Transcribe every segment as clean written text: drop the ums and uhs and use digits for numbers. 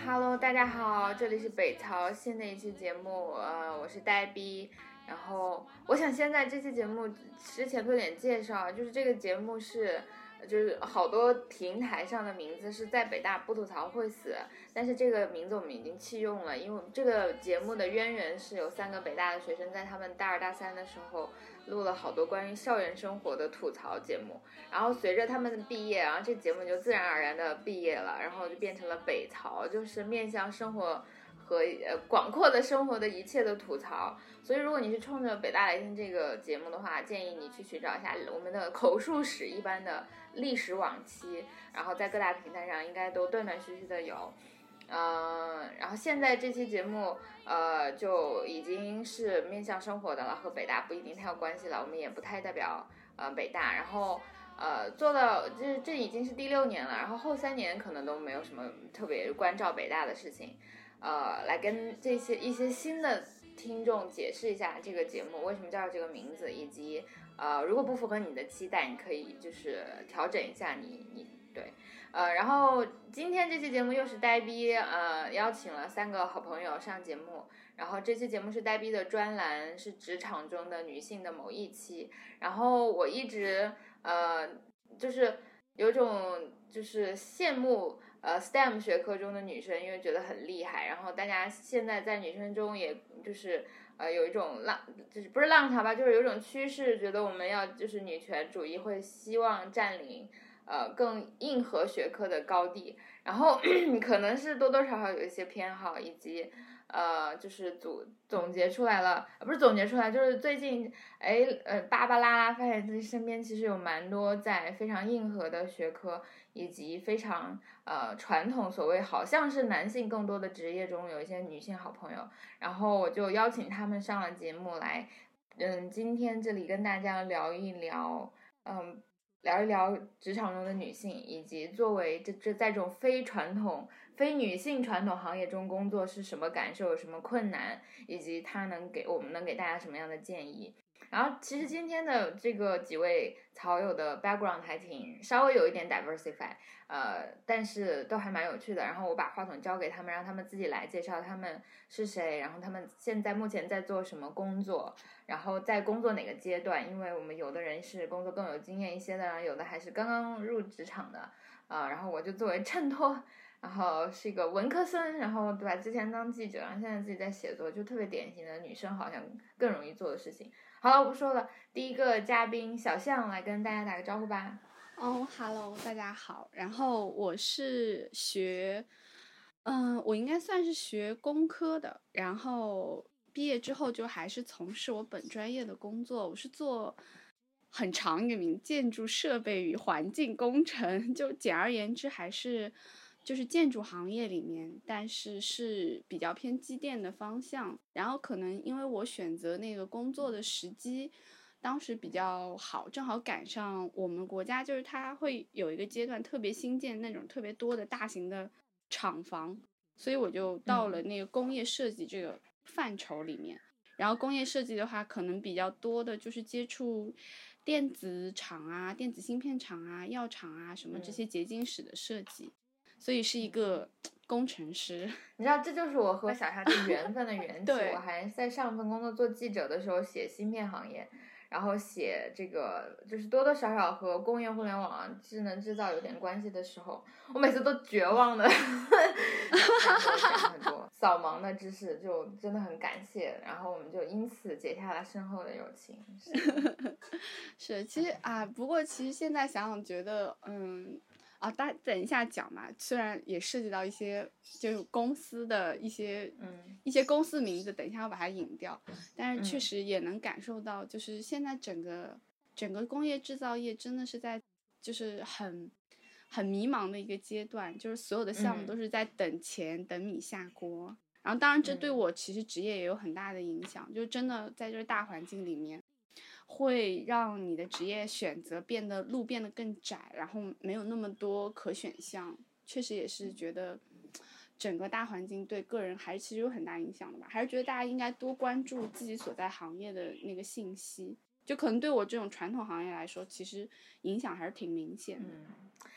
Hello， 大家好，这里是北曹新的一期节目，我是呆逼。然后我想先在这期节目之前做点介绍，就是这个节目就是好多平台上的名字是在北大不吐槽会死，但是这个名字我们已经弃用了，因为这个节目的渊源是有3个北大的学生在他们大2大3的时候录了好多关于校园生活的吐槽节目，然后随着他们的毕业，然后这节目就自然而然的毕业了，然后就变成了北曹，就是面向生活和广阔的生活的一切的吐槽。所以如果你是冲着北大来听这个节目的话，建议你去寻找一下我们的口述史一般的历史往期，然后在各大平台上应该都断断续续的有。然后现在这期节目就已经是面向生活的了，和北大不一定太有关系了，我们也不太代表北大，然后做到这已经是第6年了，然后后3年可能都没有什么特别关照北大的事情，来跟一些新的听众解释一下这个节目为什么叫这个名字，以及如果不符合你的期待，你可以就是调整一下你对。然后今天这期节目又是呆逼邀请了3个好朋友上节目，然后这期节目是呆逼的专栏，是职场中的女性的某一期，然后我一直就是有种就是羡慕STEM 学科中的女生，因为觉得很厉害，然后大家现在在女生中也就是有一种就是不是浪潮吧，就是有一种趋势，觉得我们要就是女权主义会希望占领更硬核学科的高地，然后可能是多多少少有一些偏好，以及就是总结出来了，不是总结出来，就是最近巴巴拉拉发现自己身边其实有蛮多在非常硬核的学科，以及非常传统所谓好像是男性更多的职业中有一些女性好朋友，然后我就邀请他们上了节目来，今天这里跟大家聊一聊职场中的女性，以及作为这在这种非非女性传统行业中工作是什么感受，有什么困难，以及我们能给大家什么样的建议。然后其实今天的这个几位曹友的 background 还稍微有一点 diversify， 但是都还蛮有趣的。然后我把话筒交给他们，让他们自己来介绍他们是谁，然后他们目前在做什么工作，然后在工作哪个阶段，因为我们有的人是工作更有经验一些的，有的还是刚刚入职场的然后我就作为衬托，然后是一个文科生，然后对吧，之前当记者，然后现在自己在写作，就特别典型的女生好像更容易做的事情。好了，我不说了，第一个嘉宾小象来跟大家打个招呼吧。 Hello， 大家好。然后我是我应该算是学工科的，然后毕业之后就还是从事我本专业的工作，我是做很长一个名，建筑设备与环境工程，就简而言之还是就是建筑行业里面，但是比较偏机电的方向。然后可能因为我选择那个工作的时机当时比较好，正好赶上我们国家就是它会有一个阶段特别新建那种特别多的大型的厂房，所以我就到了那个工业设计这个范畴里面。然后工业设计的话可能比较多的就是接触电子厂啊、电子芯片厂啊、药厂啊什么这些结晶室的设计，所以是一个工程师。 你知道这就是我和小夏的缘分的缘起我还在上份工作做记者的时候写芯片行业，然后写这个就是多多少少和工业互联网智能制造有点关系的时候，我每次都绝望的讲很多扫盲的知识，就真的很感谢，然后我们就因此结下了深厚的友情。 是其实不过其实现在想想觉得等一下讲嘛，虽然也涉及到一些就是公司的一些公司名字，等一下我把它引掉，但是确实也能感受到，就是现在整个工业制造业真的是在就是很迷茫的一个阶段，就是所有的项目都是在等钱等米下锅。然后当然这对我其实职业也有很大的影响，就真的在这个大环境里面会让你的职业选择变得更窄，然后没有那么多可选项，确实也是觉得整个大环境对个人还是其实有很大影响的吧。还是觉得大家应该多关注自己所在行业的那个信息，就可能对我这种传统行业来说其实影响还是挺明显的。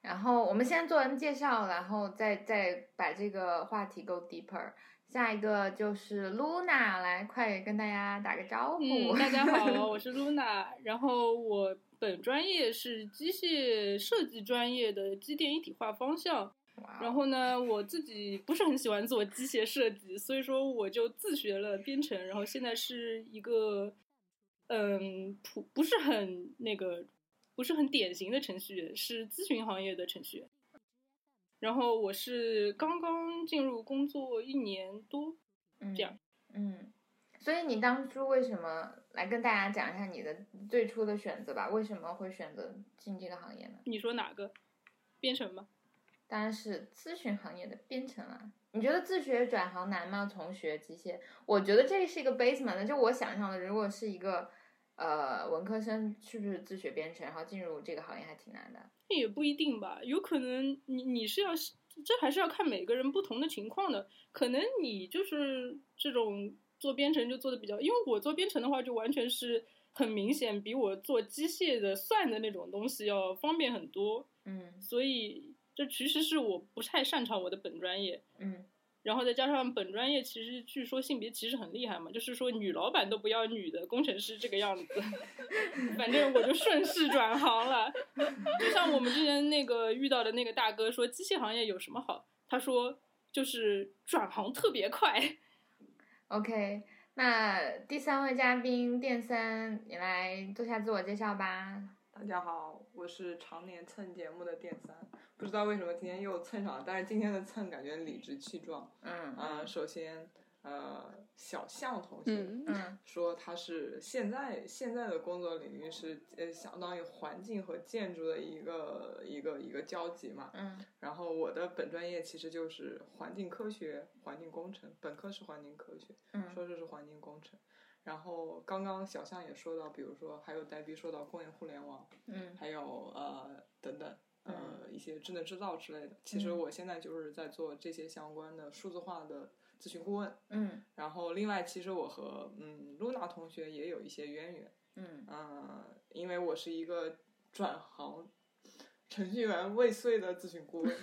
然后我们先做完介绍，然后再把这个话题 go deeper。下一个就是 Luna， 来快跟大家打个招呼。 大家好，我是 Luna， 然后我本专业是机械设计专业的机电一体化方向。然后呢，我自己不是很喜欢做机械设计，所以说我就自学了编程，然后现在是一个不是很典型的程序员，是咨询行业的程序员。然后我是刚刚进入工作1年多，这样。 所以你当初为什么来跟大家讲一下你的最初的选择吧？为什么会选择进这个行业呢？ 你说哪个？编程吗？ 当然是咨询行业的编程啦。你觉得自学转行难吗？从学机械，我觉得这是一个 basement， 就我想象的，如果是一个文科生，是不是自学编程，然后进入这个行业还挺难的？ 也不一定吧，有可能你是要，这还是要看每个人不同的情况的。可能你就是这种做编程就做的比较，因为我做编程的话，就完全是很明显比我做机械的算的那种东西要方便很多。所以这其实是我不太擅长我的本专业。然后再加上本专业其实据说性别歧视很厉害嘛，就是说女老板都不要女的工程师这个样子。反正我就顺势转行了。就像我们之前那个遇到的那个大哥说机械行业有什么好，他说就是转行特别快。 OK， 那第3位嘉宾电三，你来做下自我介绍吧。 大家好，我是常年蹭节目的电三，不知道为什么今天又蹭上了，但是今天的蹭感觉理直气壮。首先小象同学说他是现在的工作领域是相当于环境和建筑的一个交集嘛。然后我的本专业其实就是环境科学、环境工程，本科是环境科学，硕士是环境工程。然后刚刚小象也说到，比如说还有呆逼说到工业互联网，还有等等一些智能制造之类的。其实我现在就是在做这些相关的数字化的咨询顾问。然后另外其实我和Luna 同学也有一些渊源。因为我是一个转行程序员未遂的咨询顾问。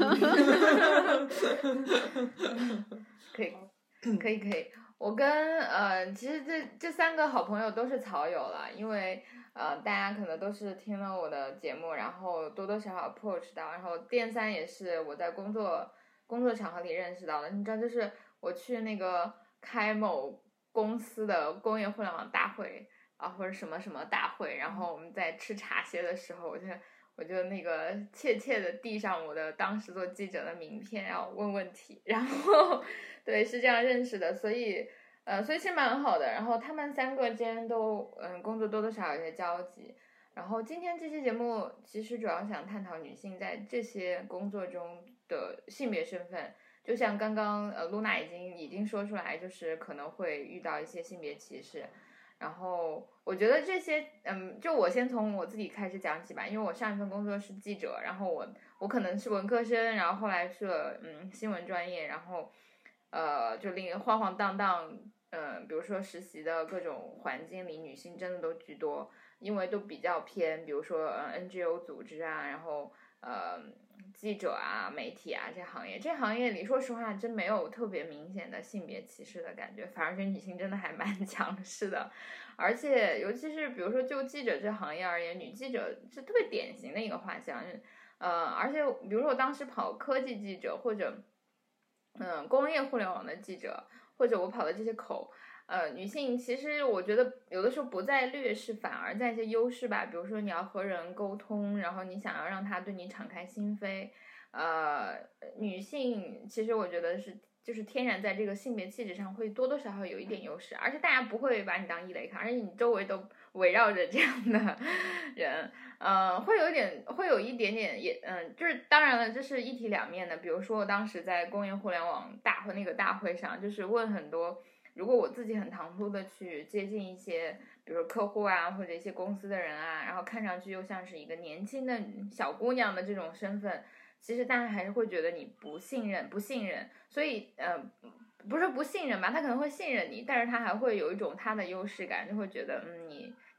可以。我跟其实这3个好朋友都是草友了，因为大家可能都是听了我的节目，然后多多少少 approach 到，然后电三也是我在工作场合里认识到的。你知道，就是我去那个开某公司的工业互联网大会啊，或者什么什么大会，然后我们在吃茶歇的时候，我就那个怯怯的递上我的当时做记者的名片，要问问题，然后对，是这样认识的，所以其实蛮好的。然后他们3个间都工作多多少少有些交集。然后今天这期节目其实主要想探讨女性在这些工作中的性别身份，就像刚刚Luna 已经说出来，就是可能会遇到一些性别歧视。然后我觉得这些就我先从我自己开始讲起吧，因为我上一份工作是记者，然后我可能是文科生，然后后来去了新闻专业，然后就晃晃荡荡，比如说实习的各种环境里，女性真的都居多，因为都比较偏，比如说NGO 组织啊，然后记者啊、媒体啊这行业里，说实话真没有特别明显的性别歧视的感觉，反而是女性真的还蛮强势的。而且尤其是比如说就记者这行业而言，女记者是特别典型的一个画像。而且比如说我当时跑科技记者，或者工业互联网的记者，或者我跑的这些口女性其实我觉得有的时候不在劣势，反而在一些优势吧。比如说你要和人沟通，然后你想要让他对你敞开心扉，女性其实我觉得就是天然在这个性别气质上会多多少少有一点优势，而且大家不会把你当异类看，而且你周围都围绕着这样的人，会有一点点也就是当然了，这是一体两面的。比如说我当时在工业互联网那个大会上，就是问很多，如果我自己很唐突的去接近一些，比如说客户啊或者一些公司的人啊，然后看上去又像是一个年轻的小姑娘的这种身份，其实大家还是会觉得你不信任，所以不是说不信任吧，他可能会信任你，但是他还会有一种他的优势感，就会觉得你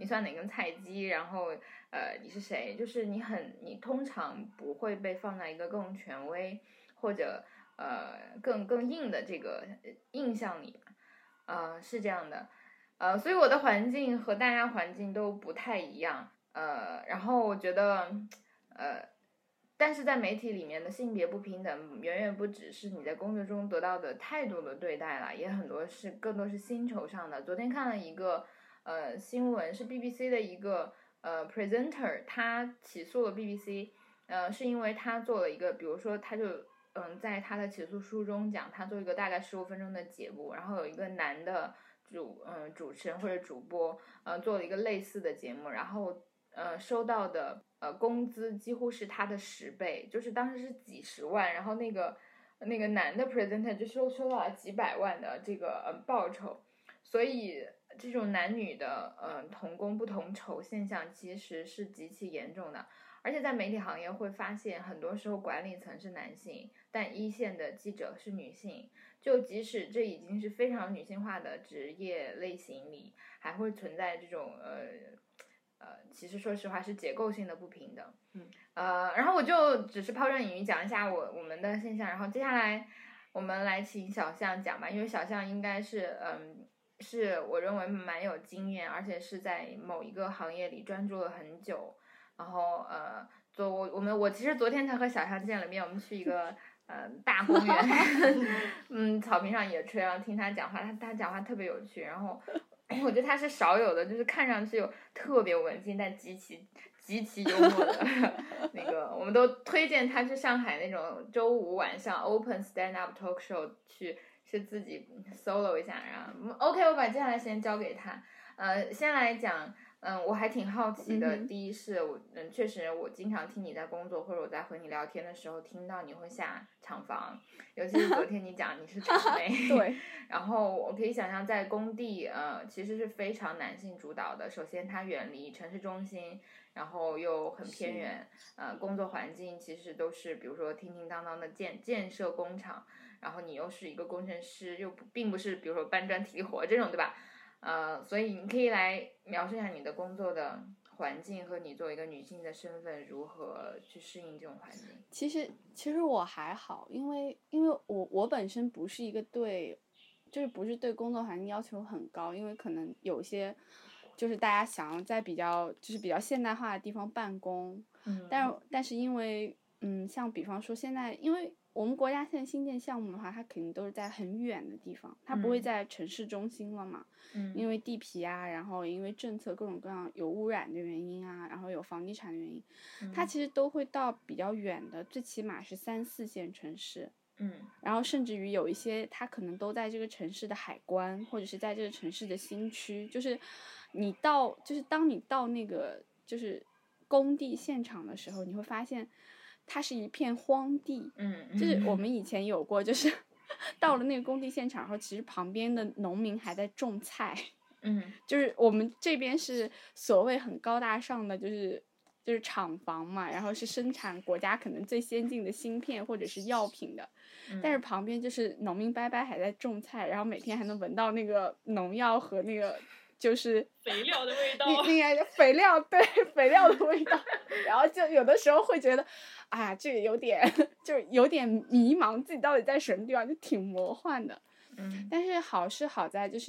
你算哪根菜鸡，然后你是谁，就是你通常不会被放在一个更权威或者更硬的这个印象里是这样的。所以我的环境和大家环境都不太一样，然后我觉得，但是在媒体里面的性别不平等，远远不只是你在工作中得到的态度的对待了，也更多是薪酬上的。昨天看了一个新闻，是 BBC 的一个presenter， 他起诉了 BBC，是因为他做了一个，比如说他就在他的起诉书中讲，他做一个大概15分钟的节目，然后有一个男的主持人或者主播做了一个类似的节目，然后收到的工资几乎是他的10倍，就是当时是几十万，然后那个男的 presenter 就收到了几百万的这个报酬，所以这种男女的同工不同酬现象其实是极其严重的。而且在媒体行业会发现，很多时候管理层是男性，但一线的记者是女性。就即使这已经是非常女性化的职业类型里，还会存在这种其实说实话是结构性的不平等。然后我就只是抛砖引玉讲一下我们的现象，然后接下来我们来请小象讲吧，因为小象应该是是我认为蛮有经验，而且是在某一个行业里专注了很久。然后我其实昨天才和小象见了面，我们去一个大公园草坪上野炊，然后听他讲话，他讲话特别有趣，然后我觉得他是少有的，就是看上去有特别文静但极其幽默的那个，我们都推荐他去上海那种周5晚上 open stand up talk show 去自己 solo 一下，然后 OK 我把接下来时间交给他。先来讲我还挺好奇的。第一是确实我经常听你在工作或者我在和你聊天的时候听到你会下厂房，尤其是昨天你讲你是厂妹对， 然后我可以想象在工地其实是非常男性主导的。首先它远离城市中心，然后又很偏远，工作环境其实都是比如说叮叮当当的建设工厂，然后你又是一个工程师，又并不是比如说搬砖体力活这种，对吧？所以你可以来描述一下你的工作的环境和你作为一个女性的身份如何去适应这种环境。 其实我还好，因为我本身不是一个就是不是对工作环境要求很高，因为可能有些就是大家想要在比较现代化的地方办公，但是因为像比方说现在因为我们国家现在新建项目的话，它肯定都是在很远的地方，它不会在城市中心了嘛。因为地皮啊，然后因为政策各种各样有污染的原因啊，然后有房地产的原因，它其实都会到比较远的，最起码是3、4线城市。然后甚至于有一些它可能都在这个城市的海关，或者是在这个城市的新区，就是当你到那个就是工地现场的时候，你会发现它是一片荒地。就是我们以前有过，就是到了那个工地现场，然后其实旁边的农民还在种菜。就是我们这边是所谓很高大上的，就是厂房嘛，然后是生产国家可能最先进的芯片或者是药品的，但是旁边就是农民伯伯还在种菜，然后每天还能闻到那个农药和那个就是肥料的味道， 那个肥料，对，肥料的味道，然后就有的时候会觉得，啊，这个有点迷茫，自己到底在什么地方，就挺魔幻的。但是好在就是，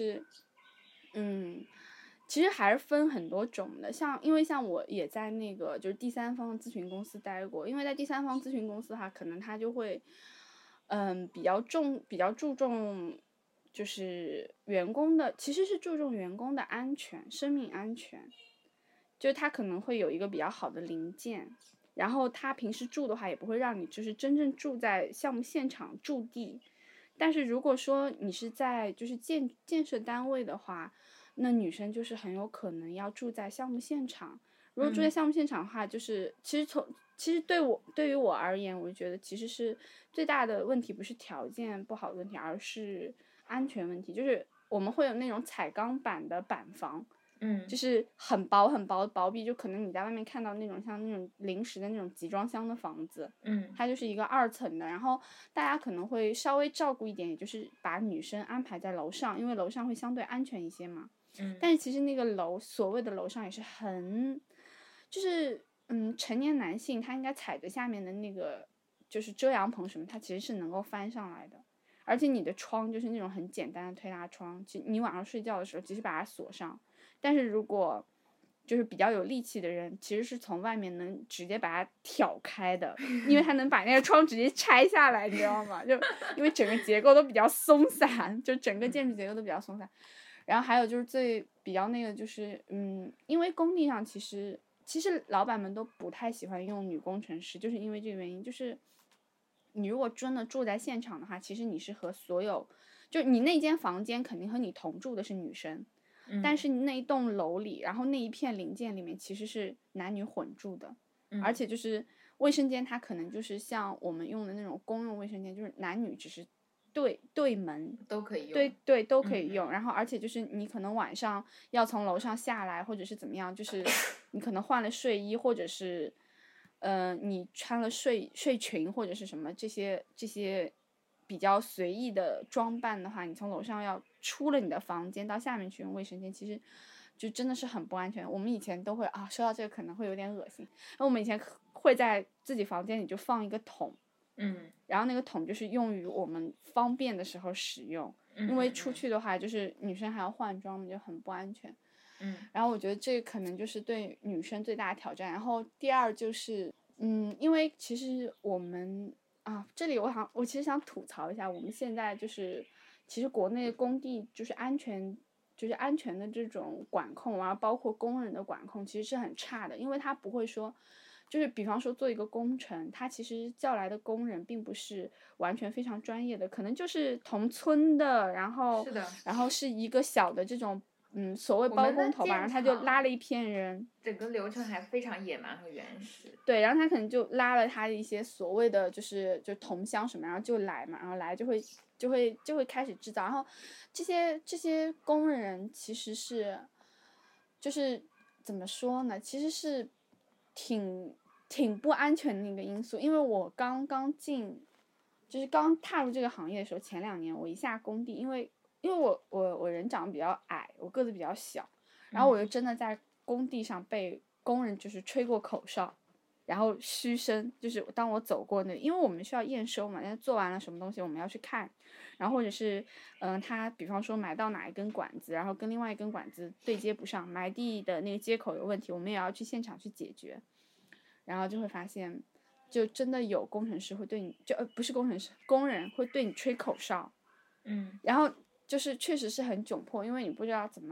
其实还是分很多种的，因为像我也在那个就是第三方咨询公司待过，因为在第三方咨询公司的话，可能他就会，比较注重。就是员工的，其实是注重员工的安全，生命安全，就是他可能会有一个比较好的零件，然后他平时住的话也不会让你就是真正住在项目现场驻地，但是如果说你是在就是建设单位的话，那女生就是很有可能要住在项目现场。如果住在项目现场的话，就是其实对于我而言，我就觉得其实是最大的问题不是条件不好的问题，而是安全问题。就是我们会有那种彩钢板的板房，就是很薄很薄的薄壁，就可能你在外面看到那种像那种临时的那种集装箱的房子，它就是一个2层的，然后大家可能会稍微照顾一点，也就是把女生安排在楼上，因为楼上会相对安全一些嘛。 但是其实那个楼所谓的楼上也是很，就是成年男性他应该踩着下面的那个就是遮阳棚什么，他其实是能够翻上来的。而且你的窗就是那种很简单的推拉窗，你晚上睡觉的时候即使把它锁上，但是如果就是比较有力气的人，其实是从外面能直接把它挑开的，因为他能把那个窗直接拆下来，你知道吗？就因为整个结构都比较松散，就整个建筑结构都比较松散。然后还有就是最比较那个就是因为工地上其实老板们都不太喜欢用女工程师，就是因为这个原因，就是你如果真的住在现场的话，其实你是和所有，就你那间房间肯定和你同住的是女生，但是那一栋楼里，然后那一片零件里面其实是男女混住的，而且就是卫生间它可能就是像我们用的那种公用卫生间，就是男女只是对门都可以用， 对都可以用，然后而且就是你可能晚上要从楼上下来，或者是怎么样，就是你可能换了睡衣，或者是你穿了睡裙或者是什么这些比较随意的装扮的话，你从楼上要出了你的房间到下面去用卫生间，其实就真的是很不安全。我们以前都会说到这个可能会有点恶心，然后我们以前会在自己房间里就放一个桶，然后那个桶就是用于我们方便的时候使用，因为出去的话就是女生还要换装，就很不安全。然后我觉得这可能就是对女生最大的挑战。然后第二就是因为其实我们这里我其实想吐槽一下，我们现在就是其实国内工地就是安全的这种管控，然后包括工人的管控其实是很差的，因为他不会说。就是比方说做一个工程，他其实叫来的工人并不是完全非常专业的，可能就是同村的，然后是一个小的这种所谓包工头吧，然后他就拉了一片人， 整个流程还非常野蛮和原始。 对，然后他可能就拉了他的一些所谓的就同乡什么，然后就来嘛，然后来就会开始制造，然后这些工人其实是就是怎么说呢，其实是挺不安全的一个因素。因为我刚踏入这个行业的时候，前2年我一下工地，因为我人长得比较矮，我个子比较小，然后我就真的在工地上被工人就是吹过口哨，然后嘘声，就是当我走过那，因为我们需要验收嘛，但做完了什么东西我们要去看，然后或者是他比方说埋到哪一根管子，然后跟另外一根管子对接不上，埋地的那个接口有问题，我们也要去现场去解决，然后就会发现就真的有工程师会对你不是工程师，工人会对你吹口哨，然后就是确实是很窘迫，因为你不知道怎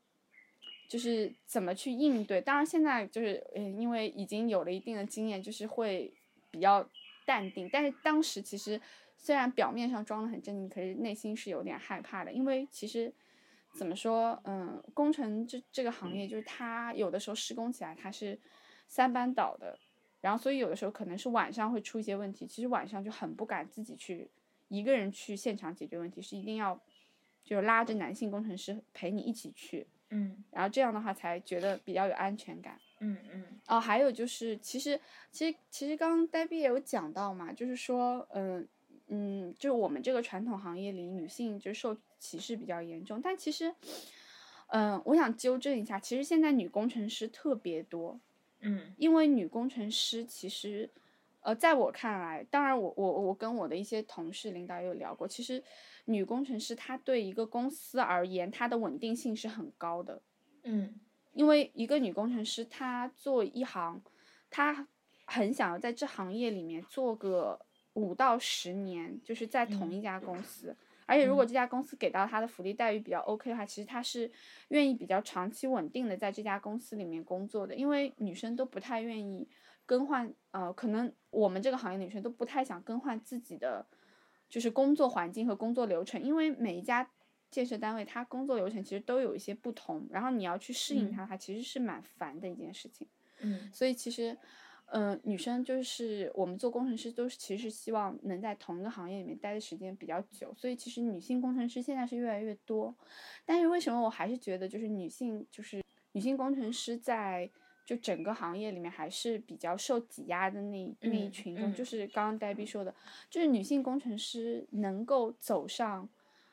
么去应对。当然现在就是因为已经有了一定的经验，就是会比较淡定，但是当时其实虽然表面上装得很镇定，可是内心是有点害怕的，因为其实怎么说工程这个行业就是它有的时候施工起来它是3班倒的，然后所以有的时候可能是晚上会出一些问题，其实晚上就很不敢自己去一个人去现场解决问题，是一定要就拉着男性工程师陪你一起去，然后这样的话才觉得比较有安全感。还有就是其实刚刚呆逼也有讲到嘛，就是说就是我们这个传统行业里女性就受歧视比较严重，但其实我想纠正一下，其实现在女工程师特别多，因为女工程师其实在我看来，当然我跟我的一些同事领导也有聊过，其实女工程师她对一个公司而言，她的稳定性是很高的，因为一个女工程师她做一行，她很想要在这行业里面做个5到10年，就是在同一家公司，而且如果这家公司给到她的福利待遇比较 OK 的话，其实她是愿意比较长期稳定的在这家公司里面工作的，因为女生都不太愿意更换可能我们这个行业女生都不太想更换自己的就是工作环境和工作流程，因为每一家建设单位它工作流程其实都有一些不同，然后你要去适应它其实是蛮烦的一件事情。所以其实女生就是我们做工程师都是其实希望能在同一个行业里面待的时间比较久，所以其实女性工程师现在是越来越多，但是为什么我还是觉得就是女性工程师在就整个行业里面还是比较受挤压的那一群中，就是刚刚呆逼说的，就是女性工程师能够走上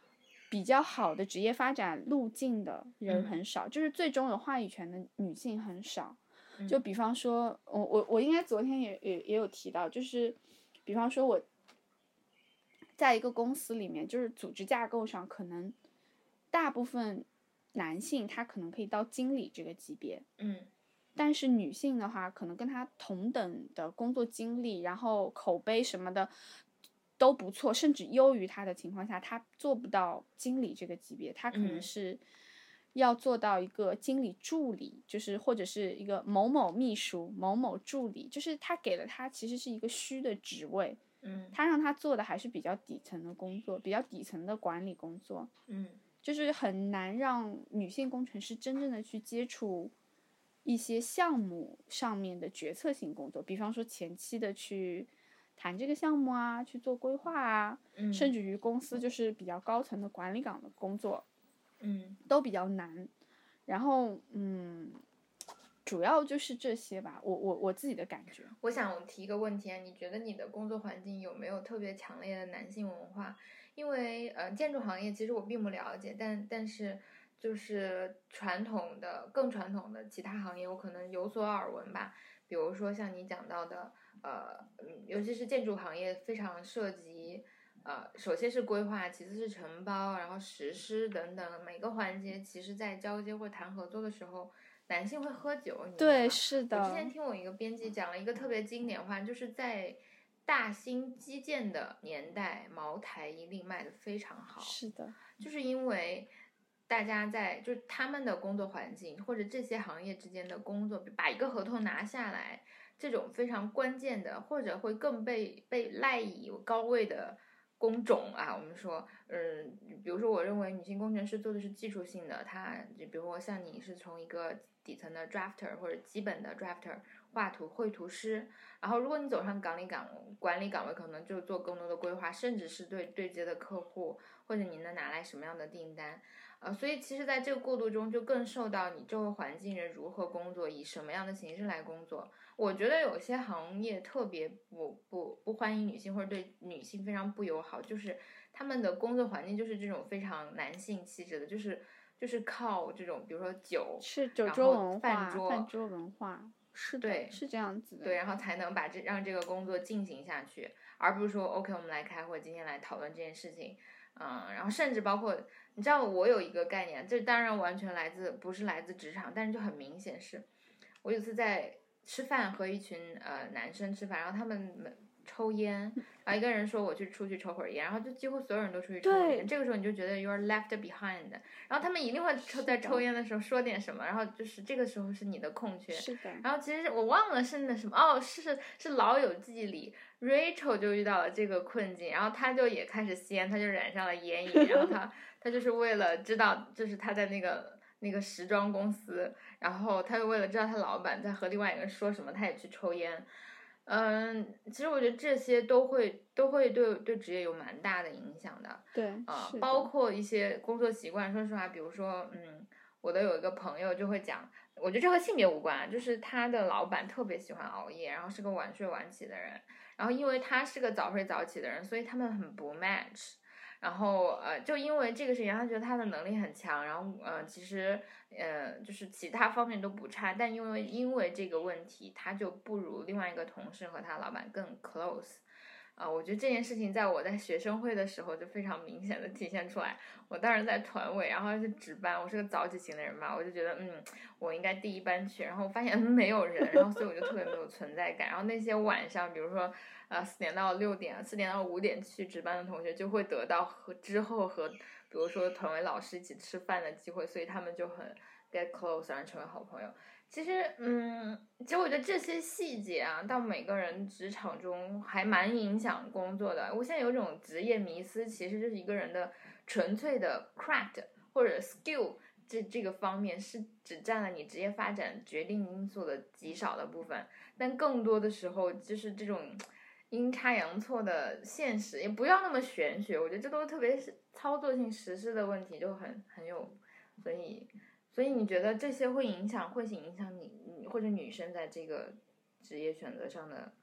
比较好的职业发展路径的人很少，就是最终有话语权的女性很少。就比方说，我应该昨天也有提到，就是比方说我在一个公司里面，就是组织架构上，可能大部分男性他可能可以到经理这个级别，但是女性的话，可能跟他同等的工作经历，然后口碑什么的都不错，甚至优于他的情况下，他做不到经理这个级别，他可能是要做到一个经理助理，就是或者是一个某某秘书、某某助理，就是他给了他其实是一个虚的职位，他让他做的还是比较底层的工作，比较底层的管理工作，就是很难让女性工程师真正的去接触一些项目上面的决策性工作，比方说前期的去谈这个项目啊，去做规划啊，甚至于公司就是比较高层的管理岗的工作，都比较难。然后主要就是这些吧，我自己的感觉。 我想提一个问题啊，你觉得你的工作环境有没有特别强烈的男性文化？因为建筑行业其实我并不了解，但是就是更传统的其他行业我可能有所耳闻吧。比如说像你讲到的尤其是建筑行业非常涉及首先是规划，其次是承包，然后实施等等，每个环节其实在交接或谈合作的时候，男性会喝酒。 对，是的。 我之前听我一个编辑讲了一个特别经典话，就是在大兴基建的年代，茅台一定卖得非常好。 是的， 就是因为大家就是他们的工作环境或者这些行业之间的工作，把一个合同拿下来，这种非常关键的，或者会更被赖以高位的工种啊，我们说，比如说我认为女性工程师做的是技术性的，就比如说像你是从一个底层的 drafter 或者基本的 drafter 绘图师，然后如果你走上管理岗位，可能就做更多的规划，甚至是对接的客户，或者你能拿来什么样的订单，所以其实在这个过渡中就更受到你周围环境人如何工作，以什么样的形式来工作。我觉得有些行业特别不欢迎女性，或者对女性非常不友好，就是他们的工作环境就是这种非常男性气质的，就是靠这种比如说酒桌文化、 饭桌文化，是的， 对， 是这样子的。 对，然后才能让这个工作进行下去，而不是说 OK 我们来开会，今天来讨论这件事情。然后甚至包括你知道我有一个概念，这当然完全不是来自职场，但是就很明显是，我有次在吃饭和一群男生吃饭，然后他们抽烟，然后一个人说我出去抽会儿烟，然后就几乎所有人都出去抽烟，这个时候你就觉得 you're left behind， 然后他们一定会在抽烟的时候说点什么，然后就是这个时候是你的空缺。 是的。 然后其实我忘了是那什么是老友记里 Rachel 就遇到了这个困境，然后他就也开始吸烟，他就染上了烟瘾，然后他就是为了知道，就是他在那个时装公司，然后他又为了知道他老板在和另外一个人说什么，他也去抽烟。其实我觉得这些都会对职业有蛮大的影响的。 对， 包括一些工作习惯。说实话，比如说，我的有一个朋友就会讲，我觉得这和性别无关，就是他的老板特别喜欢熬夜，然后是个晚睡晚起的人，然后因为他是个早睡早起的人，所以他们很不 match。然后就因为这个事情，他觉得他的能力很强，然后其实就是其他方面都不差，但因为这个问题，他就不如另外一个同事和他老板更 close。我觉得这件事情在我在学生会的时候就非常明显的体现出来。我当时在团委，然后是值班，我是个早起型的人嘛，我就觉得我应该第一班去，然后我发现没有人，然后所以我就特别没有存在感。然后那些晚上，比如说4点到6点、4点到5点去值班的同学，就会得到之后和比如说团委老师一起吃饭的机会，所以他们就很 get close， 然后成为好朋友。其实我觉得这些细节啊，到每个人职场中还蛮影响工作的。我现在有种职业迷思，其实就是一个人的纯粹的 craft 或者 skill 这个方面是只占了你职业发展决定因素的极少的部分，但更多的时候就是这种阴差阳错的现实，也不要那么玄学，我觉得这都特别是操作性实施的问题，就很有，所以你觉得这些会影响你或者女生在这个职业选择上的，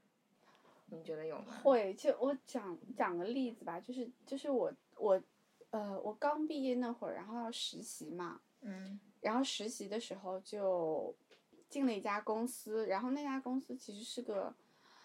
你觉得有吗？ 会，就我讲个例子吧，就是我我刚毕业那会儿，然后要实习嘛，然后实习的时候就进了一家公司，然后那家公司其实是个，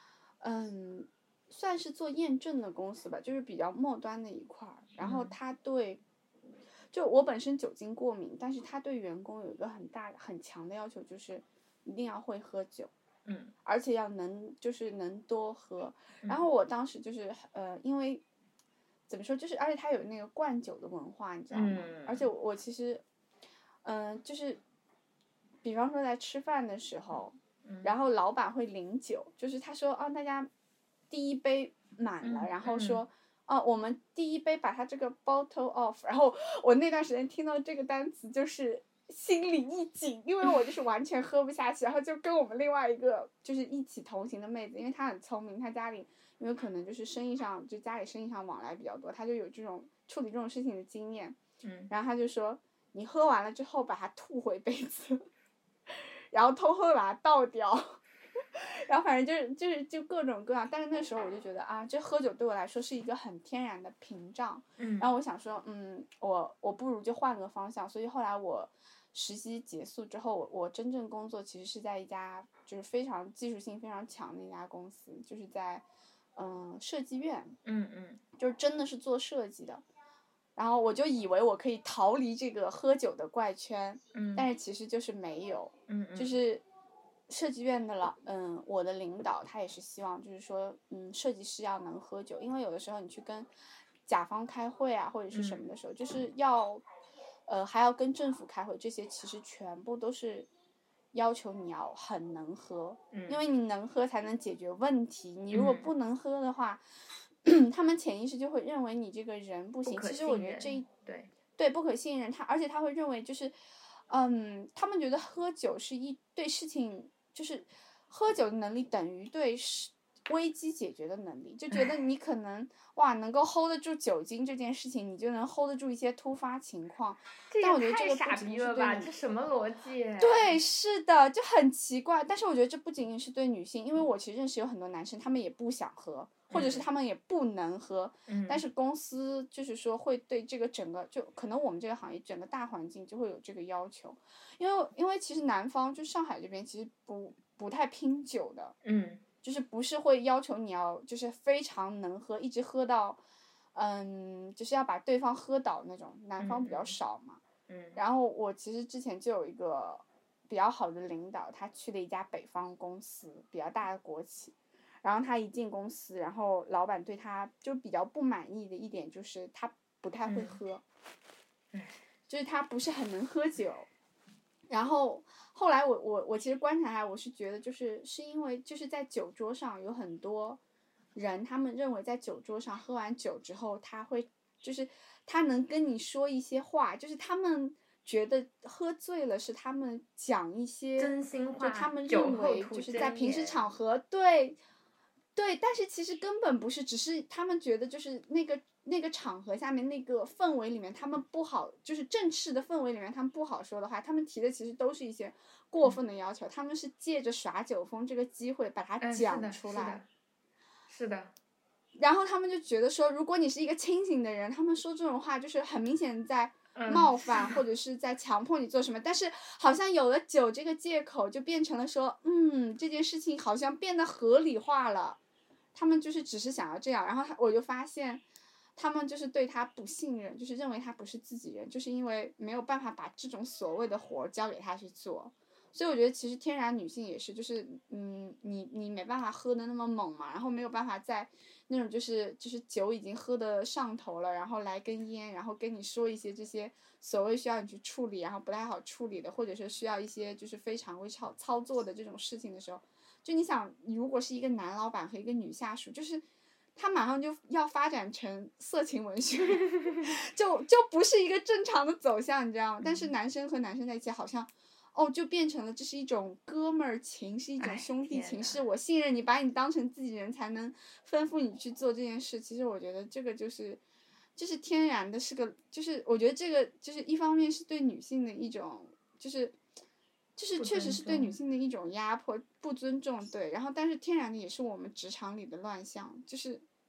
算是做验证的公司吧，就是比较末端的一块儿。然后他对，就我本身酒精过敏，但是他对员工有一个很强的要求，就是一定要会喝酒，而且要就是能多喝。然后我当时就是因为怎么说，就是而且他有那个灌酒的文化，你知道吗？而且我其实，就是比方说在吃饭的时候，然后老板会领酒，就是他说大家第一杯满了，然后说我们第一杯把它这个 bottle off， 然后我那段时间听到这个单词就是心里一紧，因为我就是完全喝不下去，然后就跟我们另外一个就是一起同行的妹子，因为她很聪明，她家里因为可能就是家里生意上往来比较多，她就有这种处理这种事情的经验，然后她就说你喝完了之后把它吐回杯子，然后偷偷的把它倒掉。然后反正就各种各样，但是那时候我就觉得这喝酒对我来说是一个很天然的屏障。然后我想说，我不如就换个方向。所以后来我实习结束之后，我真正工作其实是在一家就是非常技术性非常强的一家公司，就是在设计院，就是真的是做设计的。然后我就以为我可以逃离这个喝酒的怪圈，但是其实就是没有，就是设计院的我的领导他也是希望就是说设计师要能喝酒，因为有的时候你去跟甲方开会啊或者是什么的时候，就是要还要跟政府开会，这些其实全部都是要求你要很能喝，因为你能喝才能解决问题，你如果不能喝的话，他们潜意识就会认为你这个人不行。其实我觉得对不可信任，而且他会认为就是他们觉得喝酒是对事情，就是喝酒的能力等于对危机解决的能力，就觉得你可能能够 hold 得住酒精这件事情，你就能 hold 得住一些突发情况。但我觉得这个太傻逼了吧，这什么逻辑？ 对，是的，就很奇怪。但是我觉得这不仅仅是对女性，因为我其实认识有很多男生，他们也不想喝，或者是他们也不能喝。但是公司就是说会对这个整个，就可能我们这个行业整个大环境就会有这个要求，因为其实南方就上海这边其实不太拼酒的，就是不是会要求你要就是非常能喝，一直喝到就是要把对方喝倒那种，南方比较少嘛。然后我其实之前就有一个比较好的领导，他去了一家北方公司，比较大的国企。然后他一进公司，然后老板对他就比较不满意的一点就是他不太会喝，就是他不是很能喝酒。然后后来我其实观察下，我是觉得是因为就是在酒桌上有很多人，他们认为在酒桌上喝完酒之后，他能跟你说一些话，就是他们觉得喝醉了是他们讲一些真心话， 就他们认为就是在平时场合对，但是其实根本不是，只是他们觉得就是那个场合下面那个氛围里面，他们不好，就是正式的氛围里面他们不好说的话，他们提的其实都是一些过分的要求，他们是借着耍酒疯这个机会把它讲出来。 是的。 然后他们就觉得说，如果你是一个清醒的人，他们说这种话就是很明显在冒犯或者是在强迫你做什么，但是好像有了酒这个借口，就变成了说这件事情好像变得合理化了，他们就是只是想要这样。然后我就发现他们就是对他不信任，就是认为他不是自己人，就是因为没有办法把这种所谓的活交给他去做。所以我觉得其实天然女性也是，就是你没办法喝的那么猛嘛，然后没有办法在那种就是酒已经喝得上头了，然后来根烟，然后跟你说一些这些所谓需要你去处理然后不太好处理的，或者是需要一些就是非常会操作的这种事情的时候，就你想如果是一个男老板和一个女下属，就是他马上就要发展成色情文学就不是一个正常的走向，你知道吗？但是男生和男生在一起好像就变成了这是一种哥们儿情，是一种兄弟情，是我信任你，把你当成自己人才能吩咐你去做这件事。其实我觉得这个就是天然的，是个就是我觉得这个就是一方面是对女性的一种就是确实是对女性的一种压迫不尊重，对，然后但是天然的也是我们职场里的乱象，就是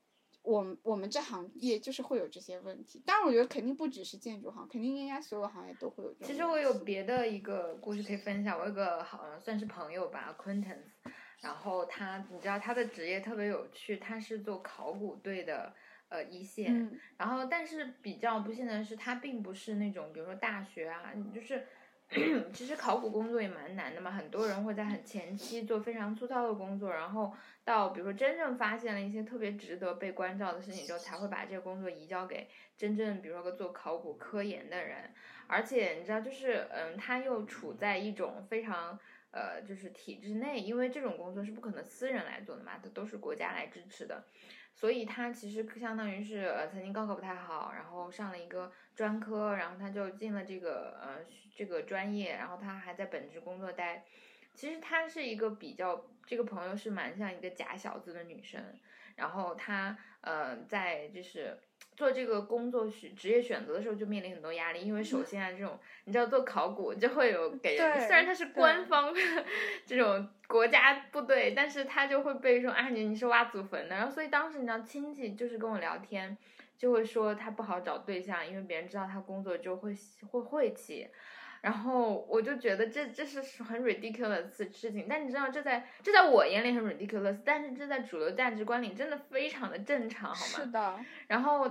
我们这行业就是会有这些问题。当然我觉得肯定不只是建筑行，肯定应该所有行业都会有这种问题。 其实我有别的一个故事可以分享，我有个算是朋友吧 acquaintance， 然后你知道他的职业特别有趣，他是做考古队的一线，然后但是比较不幸的是他并不是那种比如说大学啊，就是其实考古工作也蛮难的嘛，很多人会在很前期做非常粗糙的工作，然后到比如说真正发现了一些特别值得被关照的事情之后，才会把这个工作移交给真正比如说做考古科研的人。而且你知道就是他又处在一种非常就是体制内，因为这种工作是不可能私人来做的嘛，它都是国家来支持的，所以他其实相当于是曾经高考不太好，然后上了一个专科，然后他就进了这个专业，然后他还在本职工作待。其实他是一个这个朋友是蛮像一个假小子的女生，然后他在就是做这个工作职业选择的时候就面临很多压力，因为首先啊，这种你知道做考古就会有给人，虽然他是官方这种国家部队，但是他就会被说啊你是挖祖坟的，然后所以当时你知道亲戚就是跟我聊天，就会说他不好找对象，因为别人知道他工作就会晦气。然后我就觉得这是很 ridiculous 的事情，但你知道这在我眼里很 ridiculous， 但是这在主流价值观里真的非常的正常，好吗？ 是的。 然后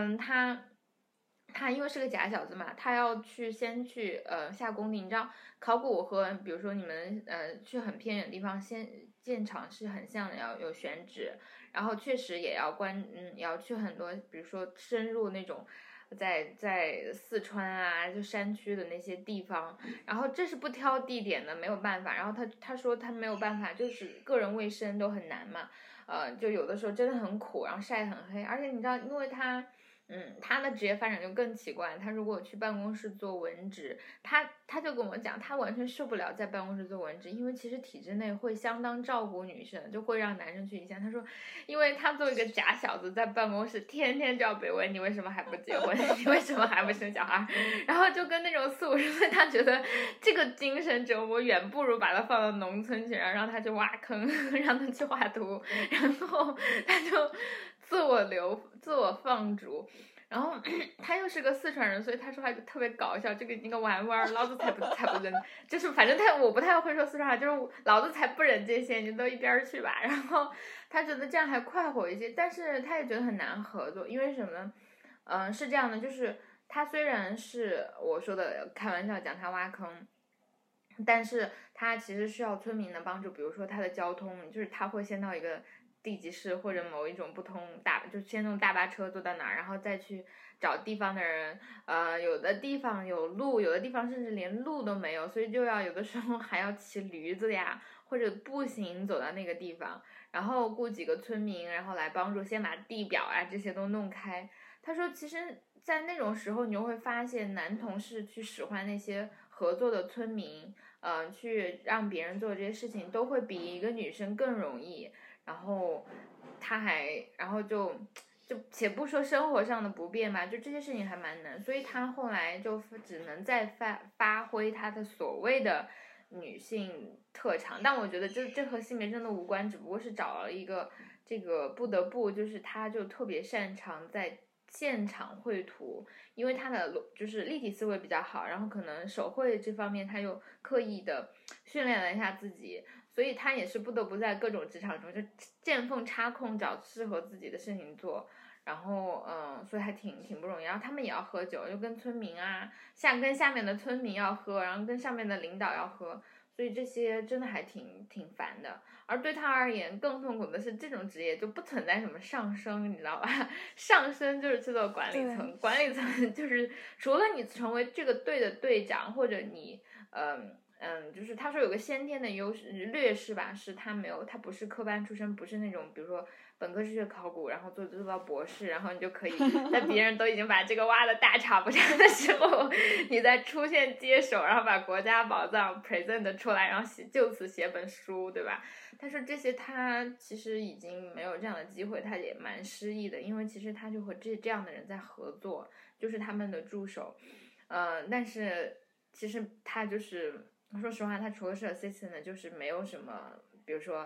他因为是个假小子嘛，他要先去下工地，你知道考古和比如说你们去很偏远的地方先建厂是很像的，要有选址，然后确实也要也要去很多比如说深入那种在四川啊就山区的那些地方，然后这是不挑地点的，没有办法。然后他说他没有办法，就是个人卫生都很难嘛，就有的时候真的很苦，然后晒很黑，而且你知道因为他的职业发展就更奇怪，他如果去办公室做文职，他就跟我讲，他完全受不了在办公室做文职，因为其实体制内会相当照顾女生，就会让男生去一下。他说，因为他作为一个假小子在办公室，天天就要被问你为什么还不结婚，你为什么还不生小孩，然后就跟那种40、50岁，他觉得这个精神折磨远不如把他放到农村去，然后让他去挖坑，让他去画图，然后他就自我放逐。然后他又是个四川人，所以他说话就特别搞笑，这个一个玩玩，老子才不忍，就是反正我不太会说四川话，就是老子才不忍这些，你都一边去吧。然后他觉得这样还快活一些，但是他也觉得很难合作，因为什么呢？是这样的，就是他虽然是我说的开玩笑讲他挖坑，但是他其实需要村民的帮助，比如说他的交通，就是他会先到一个地级市或者某一种不通就先用大巴车坐到哪儿，然后再去找地方的人。有的地方有路，有的地方甚至连路都没有，所以就要有的时候还要骑驴子呀，或者步行走到那个地方，然后雇几个村民，然后来帮助先把地表啊这些都弄开。他说，其实，在那种时候，你就会发现男同事去使唤那些合作的村民，去让别人做这些事情，都会比一个女生更容易。然后就且不说生活上的不便吧，就这些事情还蛮难，所以他后来就只能再发挥他的所谓的女性特长。但我觉得这和性别真的无关，只不过是找了一个这个不得不，就是他就特别擅长在现场绘图，因为他的就是立体思维比较好，然后可能手绘这方面他又刻意的训练了一下自己，所以他也是不得不在各种职场中就见缝插空找适合自己的事情做。然后所以还挺不容易。然后他们也要喝酒，就跟村民啊跟下面的村民要喝，然后跟上面的领导要喝，所以这些真的还挺烦的。而对他而言更痛苦的是，这种职业就不存在什么上升，你知道吧？上升就是去做管理层，管理层就是除了你成为这个队的队长，或者你就是他说有个先天的劣势吧，是他不是科班出身，不是那种比如说本科是学考古，然后做到博士，然后你就可以在别人都已经把这个挖的大差不差的时候，你再出现接手，然后把国家宝藏 present 出来，然后就此写本书，对吧？他说这些他其实已经没有这样的机会，他也蛮失意的，因为其实他就和这样的人在合作，就是他们的助手，但是其实他就是说实话，他除了是 assistant 就是没有什么，比如说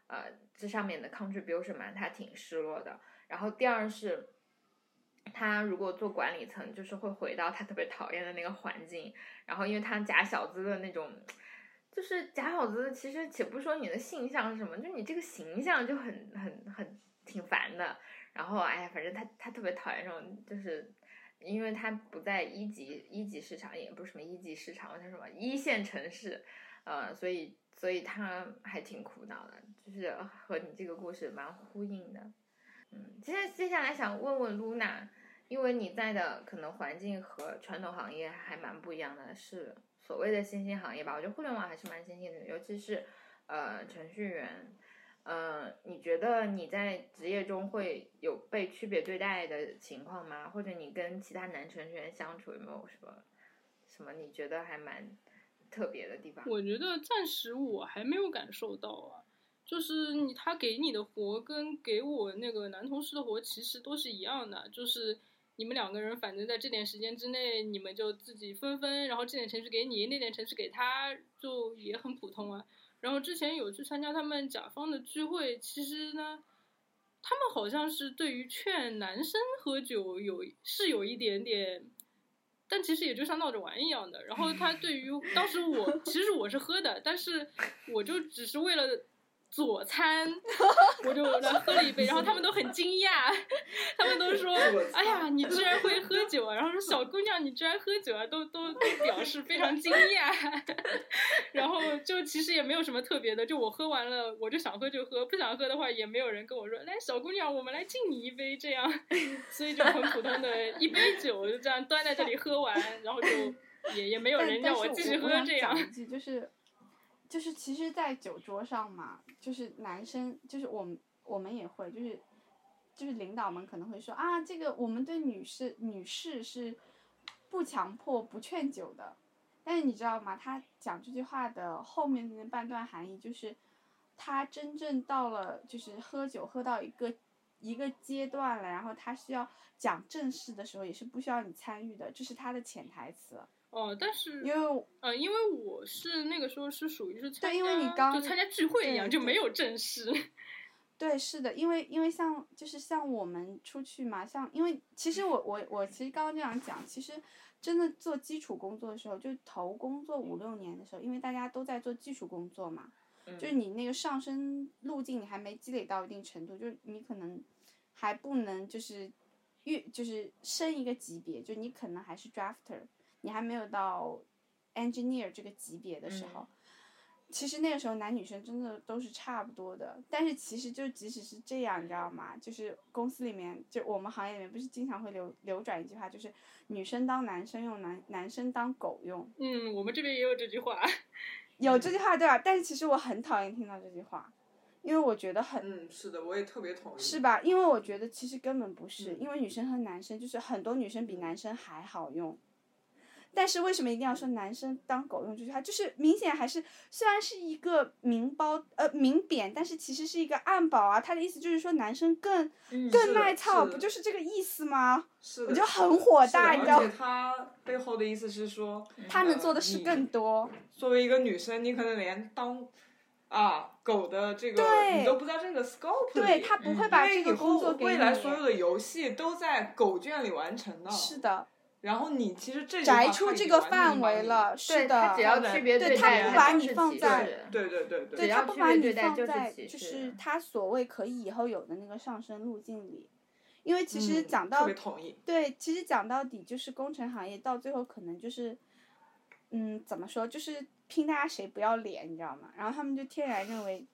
这上面的 contribution 嘛，他挺失落的。然后第二是他如果做管理层，就是会回到他特别讨厌的那个环境，然后因为他假小子的那种，就是假小子其实且不说你的性向是什么，就你这个形象就很挺烦的。然后哎呀，反正他特别讨厌这种，就是因为他不在一级市场，也不是什么一级市场，他什么一线城市，所以他还挺苦恼的，就是和你这个故事蛮呼应的。接下来想问问露娜，因为你在的可能环境和传统行业还蛮不一样的，是所谓的新兴行业吧？我觉得互联网还是蛮新兴的，尤其是程序员。你觉得你在职业中会有被区别对待的情况吗？或者你跟其他男程序员相处有没有什么你觉得还蛮特别的地方？ 我觉得暂时我还没有感受到啊。就是他给你的活跟给我那个男同事的活其实都是一样的，就是你们两个人反正在这点时间之内你们就自己分，然后这点程序给你，那点程序给他，就也很普通啊。然后之前有去参加他们甲方的聚会，其实呢他们好像是对于劝男生喝酒是有一点点，但其实也就像闹着玩一样的。然后他对于当时其实我是喝的，但是我就只是为了佐餐我就来喝了一杯，然后他们都很惊讶，他们都说哎呀你居然会喝酒啊，然后说小姑娘你居然喝酒啊，都表示非常惊讶然后就其实也没有什么特别的，就我喝完了我就想喝就喝，不想喝的话也没有人跟我说来小姑娘我们来敬你一杯这样，所以就很普通的一杯酒就这样端在这里喝完，然后就也没有人让我继续喝这样。 就是其实在酒桌上嘛，就是男生就是我们也会就是领导们可能会说啊，这个我们对女士是不强迫不劝酒的，但是你知道吗，他讲这句话的后面的那半段含义就是他真正到了就是喝酒喝到一个阶段了，然后他需要讲正事的时候也是不需要你参与的，这是他的潜台词。 但是因为我是那个时候是属于是对，因为你就参加聚会一样，就没有正式。 对，是的，因为像我们出去嘛，因为其实我其实刚刚这样讲，其实真的做基础工作的时候，就投工作5-6年的时候，因为大家都在做技术工作嘛，就是你那个上升路径你还没积累到一定程度，就是你可能还不能就是升一个级别，就你可能还是 drafter。你还没有到 engineer 这个级别的时候，其实那个时候男女生真的都是差不多的。但是其实就即使是这样，你知道吗？就是公司里面，就我们行业里面不是经常会流转一句话，就是女生当男生用，男生当狗用。 我们这边也有这句话。 有这句话对吧？但是其实我很讨厌听到这句话，因为我觉得是的，我也特别同意。 是吧？因为我觉得其实根本不是，因为女生和男生就是很多女生比男生还好用。但是为什么一定要说男生当狗用这句话？就是明显还是虽然是一个明贬，但是其实是一个暗褒啊。他的意思就是说男生更耐操，不就是这个意思吗？ 是的， 我就很火大，你知道吗？ 而且他背后的意思是说， 他能做的事更多。 作为一个女生，你可能连当狗的这个你都不在这个 scope 里。 对，他不会把这个工作给你。 未来所有的游戏都在狗圈里完成的。 是的。 然后你其实这摘出这个范围了，是的， 他只要区别对待， 他不把你放在， 对， 他不把你放在就是他所谓可以以后有的那个上升路径里，因为其实讲到， 特别同意。 对，其实讲到底就是工程行业到最后可能就是，怎么说，就是拼大家谁不要脸，你知道吗？然后他们就天然认为，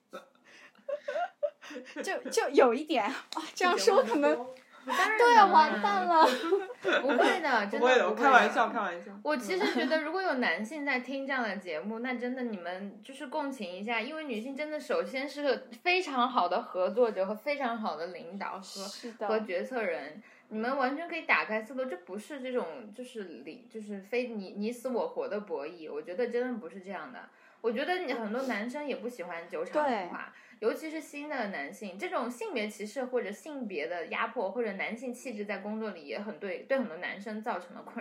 就有一点这样说可能。对啊，完蛋了！ 不会的，真的不会的，我开玩笑。 我其实觉得，如果有男性在听这样的节目，那真的你们就是共情一下，因为女性真的首先是个非常好的合作者和非常好的领导和决策人，你们完全可以打开思路，这不是这种就是非你死我活的博弈，我觉得真的不是这样的。我觉得很多男生也不喜欢酒场文化。尤其是新的男性，这种性别歧视或者性别的压迫或者男性气质在工作里也对很多男生造成了困扰。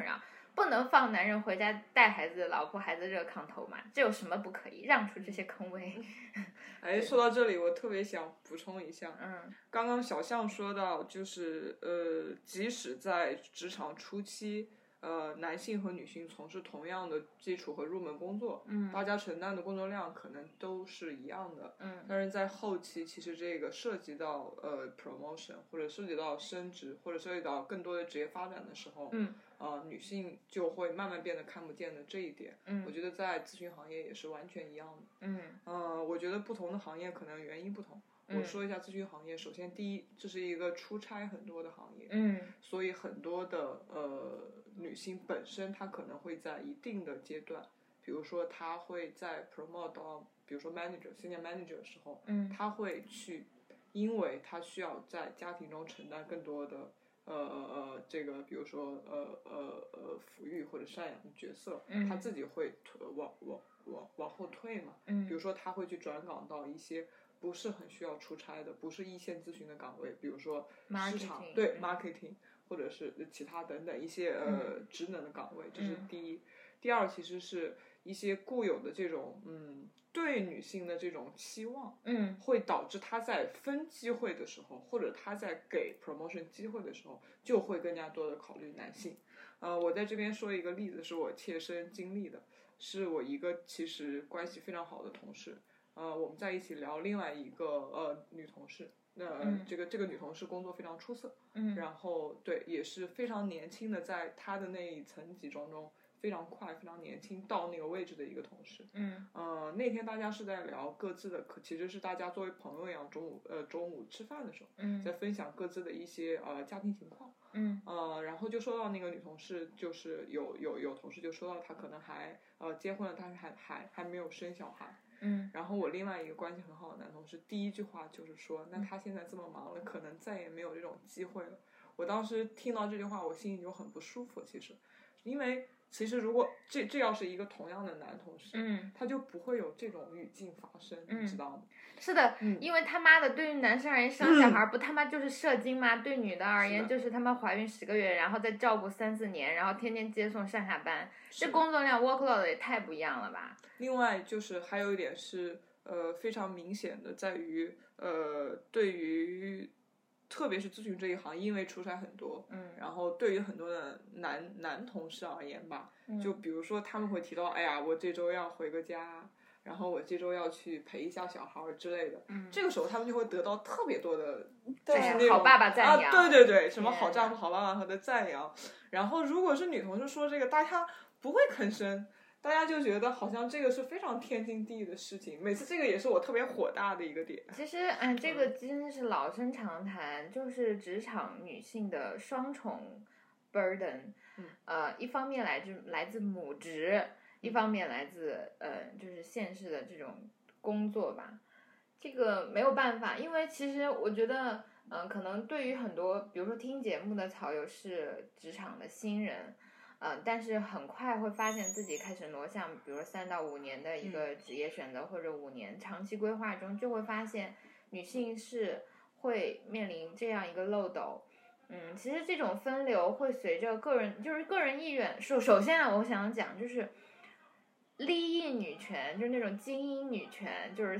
不能放男人回家带孩子、老婆孩子热炕头嘛？这有什么不可以？让出这些坑位。 哎，说到这里，我特别想补充一下，刚刚小象说到，就是即使在职场初期。男性和女性从事同样的基础和入门工作，大家承担的工作量可能都是一样的，但是在后期，其实这个涉及到promotion 或者涉及到升职或者涉及到更多的职业发展的时候，女性就会慢慢变得看不见的这一点，我觉得在咨询行业也是完全一样的，我觉得不同的行业可能原因不同。我说一下咨询行业，首先第一，这是一个出差很多的行业，所以很多的女性本身她可能会在一定的阶段，比如说她会在 promote 到比如说 senior manager 的时候，她会去，因为她需要在家庭中承担更多的这个比如说抚育或者赡养的角色，她自己会往后退嘛，比如说她会去转岗到一些不是很需要出差的，不是一线咨询的岗位，比如说市场对 marketing 或者是其他等等一些职能的岗位，这是第一。第二，其实是一些固有的这种对女性的这种期望，会导致她在分机会的时候，或者她在给 promotion 机会的时候，就会更加多的考虑男性。我在这边说一个例子，是我切身经历的，是我一个其实关系非常好的同事。我们在一起聊另外一个女同事，这个女同事工作非常出色，然后对也是非常年轻的，在她的那一层级中非常快非常年轻到那个位置的一个同事，那天大家是在聊各自的，其实是大家作为朋友一样，中午吃饭的时候，在分享各自的一些家庭情况，然后就说到那个女同事，就是有同事就说到她可能还结婚了，但是还没有生小孩。然后我另外一个关系很好的男同事，第一句话就是说，那他现在这么忙了，可能再也没有这种机会了。我当时听到这句话，我心里就很不舒服。其实，因为其实如果这要是一个同样的男同事，他就不会有这种语境发生，你知道吗？ 是的，因为他妈的，对于男生而言，生小孩不他妈就是射精吗？对女的而言，就是他妈怀孕10个月，然后再照顾3-4年，然后天天接送上下班，这工作量 workload 也太不一样了吧？ 另外就是还有一点是非常明显的，在于对于特别是咨询这一行，因为出差很多，然后对于很多的男同事而言吧，就比如说他们会提到，哎呀，我这周要回个家，然后我这周要去陪一下小孩之类的，这个时候他们就会得到特别多的，就是那种好爸爸赞扬， 对对对，什么好丈夫、好爸爸和的赞扬。然后如果是女同事说这个，大家不会吭声。大家就觉得好像这个是非常天经地义的事情，每次这个也是我特别火大的一个点。 其实，这个真的是老生常谈，就是职场女性的双重 burden，一方面来自母职，一方面来自就是现实的这种工作吧。这个没有办法，因为其实我觉得，可能对于很多，比如说听节目的草友是职场的新人。但是很快会发现自己开始挪向，比如说3到5年的一个职业选择，或者5年长期规划中，就会发现女性是会面临这样一个漏斗。其实这种分流会随着个人意愿。首先我想讲就是利益女权，就是那种精英女权，就是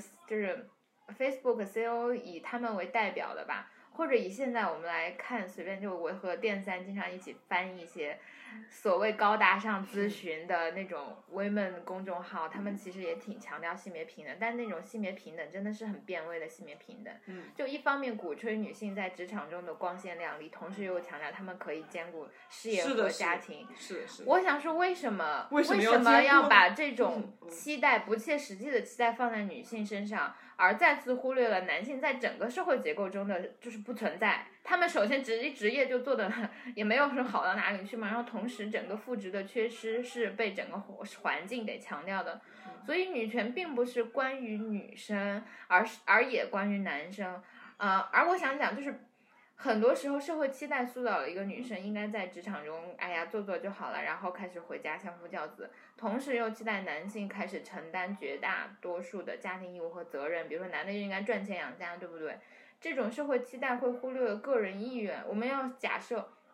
Facebook CEO 以他们为代表的吧。或者以现在我们来看，随便就我和电3经常一起翻一些所谓高大上咨询的那种 women 公众号，他们其实也挺强调性别平等，但那种性别平等真的是很变味的性别平等。就一方面鼓吹女性在职场中的光鲜亮丽，同时又强调她们可以兼顾事业和家庭。 是。 我想说为什么要要把这种期待不切实际的期待放在女性身上，而再次忽略了男性在整个社会结构中的就是不存在。他们首先职业就做的也没有说好到哪里去嘛，然后同时整个赋值的缺失是被整个环境给强调的。所以女权并不是关于女生，而也关于男生。而我想讲就是很多时候社会期待塑造了一个女生应该在职场中做就好了，然后开始回家相夫教子，同时又期待男性开始承担绝大多数的家庭义务和责任，比如说男的就应该赚钱养家，对不对？这种社会期待会忽略了个人意愿。我们要假设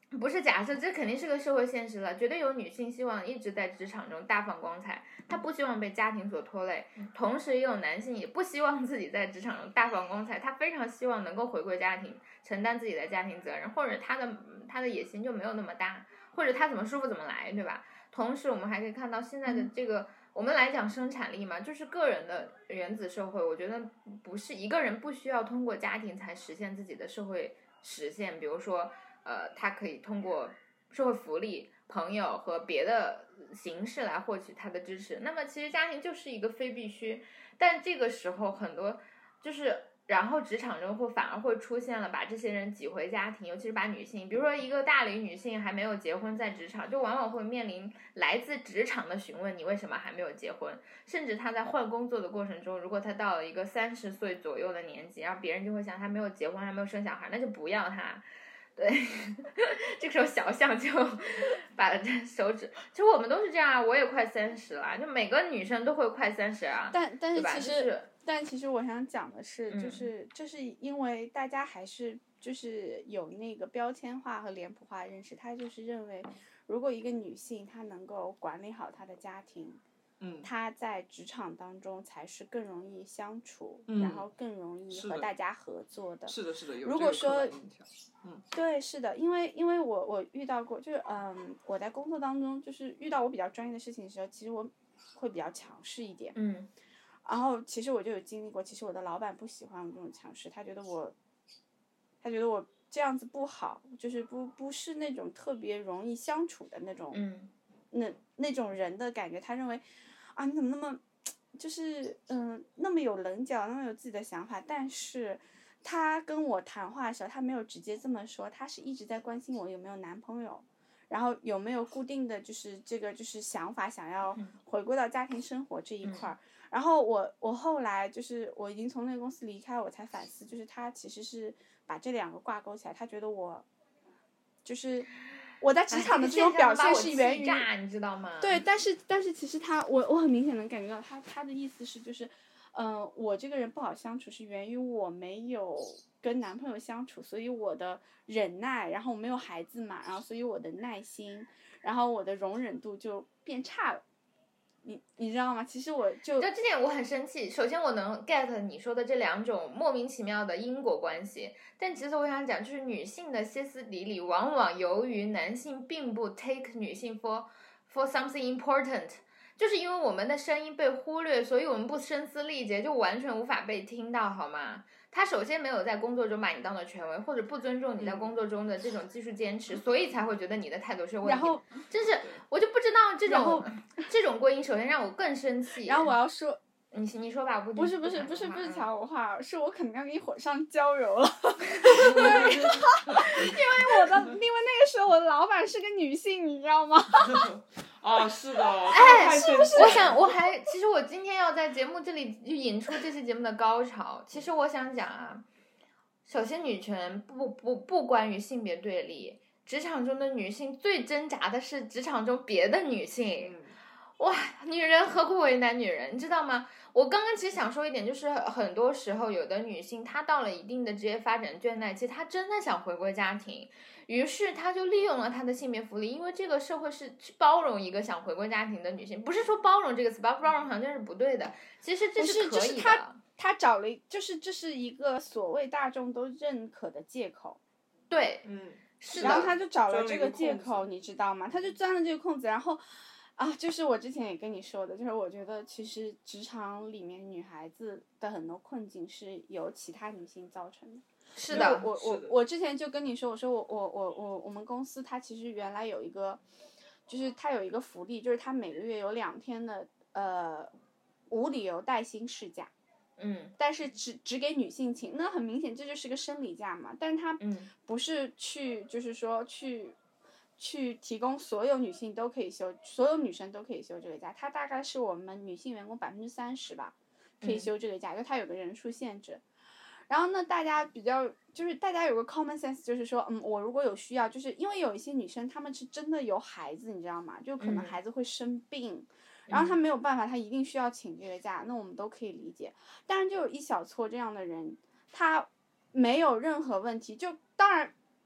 不是假设，这肯定是个社会现实了。绝对有女性希望一直在职场中大放光彩，她不希望被家庭所拖累。同时，也有男性也不希望自己在职场中大放光彩，他非常希望能够回归家庭，承担自己的家庭责任，或者他的野心就没有那么大，或者他怎么舒服怎么来，对吧？同时，我们还可以看到现在的这个，我们来讲生产力嘛，就是个人的原子社会。我觉得不是一个人不需要通过家庭才实现自己的社会实现，比如说。他可以通过社会福利、朋友和别的形式来获取他的支持。那么其实家庭就是一个非必须，但这个时候很多就是，然后职场中反而会出现了把这些人挤回家庭，尤其是把女性，比如说一个大龄女性还没有结婚，在职场就往往会面临来自职场的询问，你为什么还没有结婚？甚至她在换工作的过程中，如果她到了一个30岁左右的年纪，然后别人就会想她没有结婚，还没有生小孩，那就不要她。对，这个时候小象就把手指，其实我们都是这样啊，我也快30了，就每个女生都会快30啊。 但是其实， 就是、 但其实我想讲的是，就是因为大家还是就是有那个标签化和脸谱化认识，他就是认为，如果一个女性她能够管理好她的家庭。他在职场当中才是更容易相处，然后更容易和大家合作的。 是的，是的。 如果说，对，是的，因为我遇到过，就是我在工作当中，就是遇到我比较专业的事情的时候，其实我会比较强势一点。然后其实我就有经历过，其实我的老板不喜欢我这种强势，他觉得我这样子不好，就是不是那种特别容易相处的那种，那种人的感觉，他认为。啊，你怎么那么，就是那么有棱角，那么有自己的想法？但是，他跟我谈话的时候，他没有直接这么说，他是一直在关心我有没有男朋友，然后有没有固定的就是这个就是想法，想要回归到家庭生活这一块儿。然后我后来就是我已经从那个公司离开，我才反思，就是他其实是把这2个挂钩起来，他觉得我就是。我在职场的这种表现是源于， 你知道吗？ 对，但是其实我很明显能感觉到他的意思是就是，我这个人不好相处是源于我没有跟男朋友相处，所以我的忍耐，然后我没有孩子嘛，然后所以我的耐心，然后我的容忍度就变差了。你知道吗？其实就这点我很生气。首先我能 get 你说的这2种莫名其妙的因果关系，但其实我想讲，就是女性的歇斯底里，往往由于男性并不 take 女性 for something important， 就是因为我们的声音被忽略，所以我们不声嘶力竭，就完全无法被听到，好吗？他首先没有在工作中把你当做权威，或者不尊重你在工作中的这种技术坚持，所以才会觉得你的态度是有问题。 然后， 真是我就不知道这种归因，首先让我更生气。 然后我要说， 你说吧， 不是抢我话，是我可能要给你火上浇油了，因为那个时候我的老板是个女性，你知道吗？ 啊，是的， 是不是？其实我今天要在节目这里就引出这期节目的高潮。其实我想讲啊，首先女权不关于性别对立，职场中的女性最挣扎的是职场中别的女性。哇，女人何苦为难女人，你知道吗？我刚刚其实想说一点，就是很多时候有的女性她到了一定的职业发展倦怠期，她真的想回归家庭，于是她就利用了她的性别福利，因为这个社会是包容一个想回归家庭的女性，不是说包容这个词，包容好像是不对的，其实这是可以的。 他找了，就是这是一个所谓大众都认可的借口。 对，是的。 然后他就找了这个借口，你知道吗？他就钻了这个空子，然后。就是我之前也跟你说的，就是我觉得其实职场里面女孩子的很多困境是由其他女性造成的。 是的， 我之前就跟你说，我说我们公司它其实原来有一个，就是它有一个福利，就是它每个月有2天的无理由带薪事假。但是只给女性请，那很明显这就是个生理假嘛。但是它不是就是说去提供所有女性都可以休，所有女生都可以休这个假，它大概是我们女性员工30%吧，可以休这个假，因为它有个人数限制。然后呢，大家有个 common sense， 就是说，我如果有需要，就是因为有一些女生她们是真的有孩子，你知道吗？就可能孩子会生病，然后她没有办法，她一定需要请这个假，那我们都可以理解。当然就有一小撮这样的人，他没有任何问题，就当然。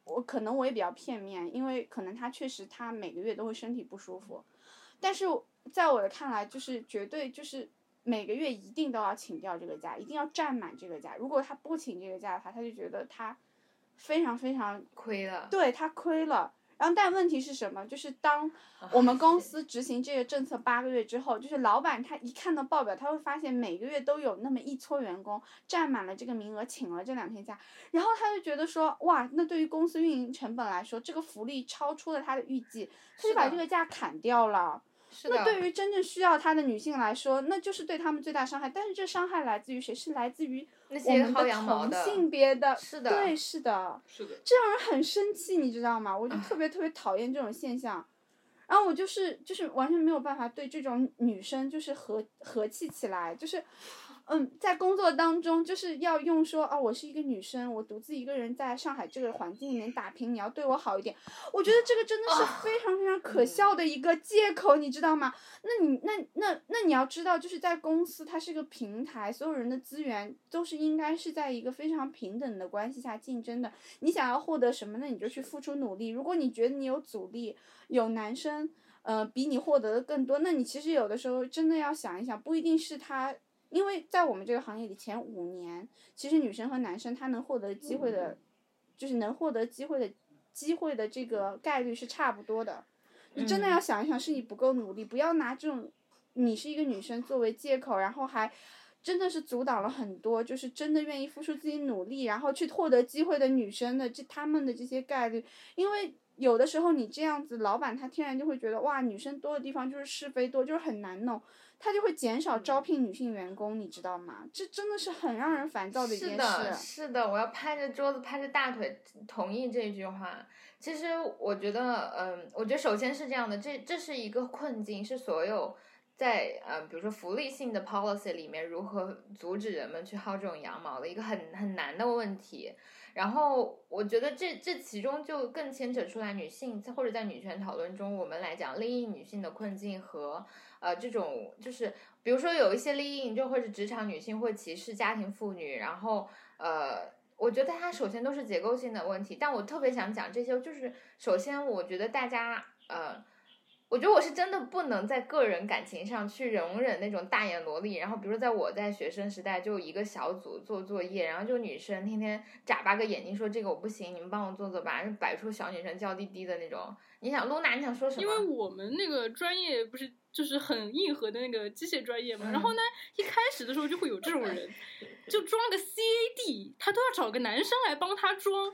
可能我也比较片面，因为可能她确实她每个月都会身体不舒服，但是在我的看来，就是绝对就是每个月一定都要请掉这个假，一定要占满这个假。如果她不请这个假的话，她就觉得她非常非常亏了， 对，她亏了。然后但问题是什么？就是当我们公司执行这个政策8个月之后，就是老板他一看到报表，他会发现每个月都有那么一撮员工占满了这个名额，请了这2天假，然后他就觉得说，哇，那对于公司运营成本来说，这个福利超出了他的预计，他就把这个假砍掉了。那对于真正需要他的女性来说，那就是对他们最大伤害。但是这伤害来自于谁？是来自于那些薅羊毛同性别的。 是的， 对，是的，这让人很生气，你知道吗？我就特别特别讨厌这种现象。然后我就是完全没有办法对这种女生就是和气起来，就是在工作当中就是要用说啊，我是一个女生，我独自一个人在上海这个环境里面打拼，你要对我好一点。我觉得这个真的是非常非常可笑的一个借口，你知道吗？那你要知道，就是在公司它是个平台，所有人的资源都是应该是在一个非常平等的关系下竞争的。你想要获得什么，那你就去付出努力。如果你觉得你有阻力，有男生比你获得的更多，那你其实有的时候真的要想一想，不一定是他。因为在我们这个行业里，前5年，其实女生和男生他能获得机会的，就是能获得机会的这个概率是差不多的。你真的要想一想，是你不够努力，不要拿这种你是一个女生作为借口，然后还真的是阻挡了很多就是真的愿意付出自己努力，然后去获得机会的女生的他们的这些概率。因为有的时候你这样子，老板他天然就会觉得，哇，女生多的地方就是是非多，就是很难弄。他就会减少招聘女性员工，你知道吗？这真的是很让人烦躁的一件事。 是的，我要拍着桌子拍着大腿同意这句话。其实我觉得，我觉得首先是这样的，这是一个困境，是所有在比如说福利性的 policy 里面如何阻止人们去薅这种羊毛的一个很难的问题。然后我觉得这其中就更牵扯出来女性或者在女权讨论中，我们来讲利益女性的困境和这种就是比如说有一些利益就会是职场女性会歧视家庭妇女，然后我觉得它首先都是结构性的问题。但我特别想讲这些，就是首先我觉得大家我觉得我是真的不能在个人感情上去容忍那种大眼萝莉，然后比如说我在学生时代就一个小组做作业，然后就女生天天眨巴个眼睛说这个我不行，你们帮我做做吧，摆出小女生娇滴滴的那种。你想露娜你想说什么？ 因为我们那个专业不是就是很硬核的那个机械专业嘛，然后呢一开始的时候就会有这种人就装个 CAD 他都要找个男生来帮他装。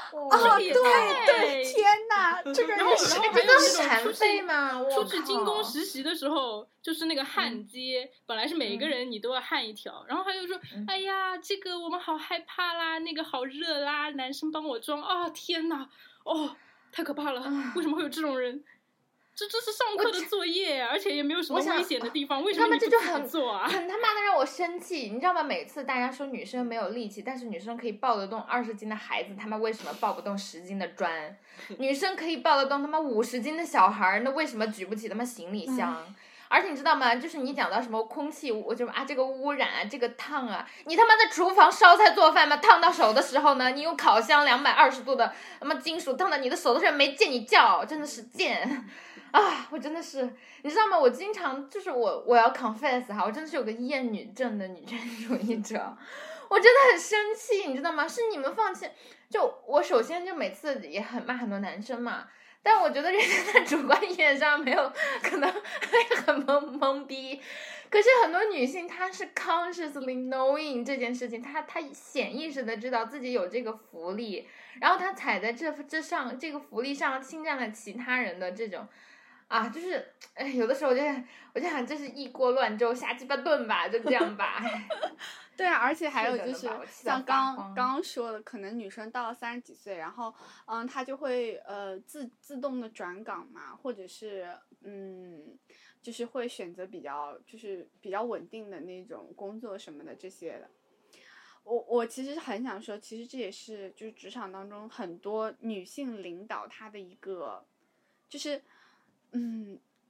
对，天哪，这个然后还有那种出去精工实习的时候，就是那个焊接，本来是每一个人你都要焊一条，然后他就说，哎呀，这个我们好害怕啦，那个好热啦，男生帮我装啊，天哪，哦，太可怕了，为什么会有这种人？这是上课的作业，而且也没有什么危险的地方，为什么你不这么做啊？ 很他妈的让我生气，你知道吗？每次大家说女生没有力气，但是女生可以抱得动20斤的孩子，他妈为什么抱不动10斤的砖？女生可以抱得动他妈50斤的小孩，那为什么举不起他妈行李箱？而且你知道吗？就是你讲到什么空气，我就这个污染啊，这个烫啊，你他妈在厨房烧菜做饭嘛，烫到手的时候呢，你用烤箱220度的他妈金属烫到你的手的时候没见你叫，真的是贱。啊，我真的是，你知道吗？我经常就是我要 confess 哈，我真的是有个厌女症的女权主义者，我真的很生气，你知道吗？是你们放弃，就我首先就每次也很骂很多男生嘛，但我觉得人家在主观意愿上没有可能会很懵逼，可是很多女性她是 consciously knowing 这件事情，她显意识的知道自己有这个福利，然后她踩在这个福利上侵占了其他人的这种。啊，就是，有的时候我就想，这是一锅乱粥，瞎鸡巴炖吧，就这样吧。 对啊，而且还有就是像刚刚说的，可能女生到了30几岁，然后她就会自动的转岗嘛，或者是就是会选择比较稳定的那种工作什么的这些的。我其实很想说，其实这也是就是职场当中很多女性领导她的一个就是。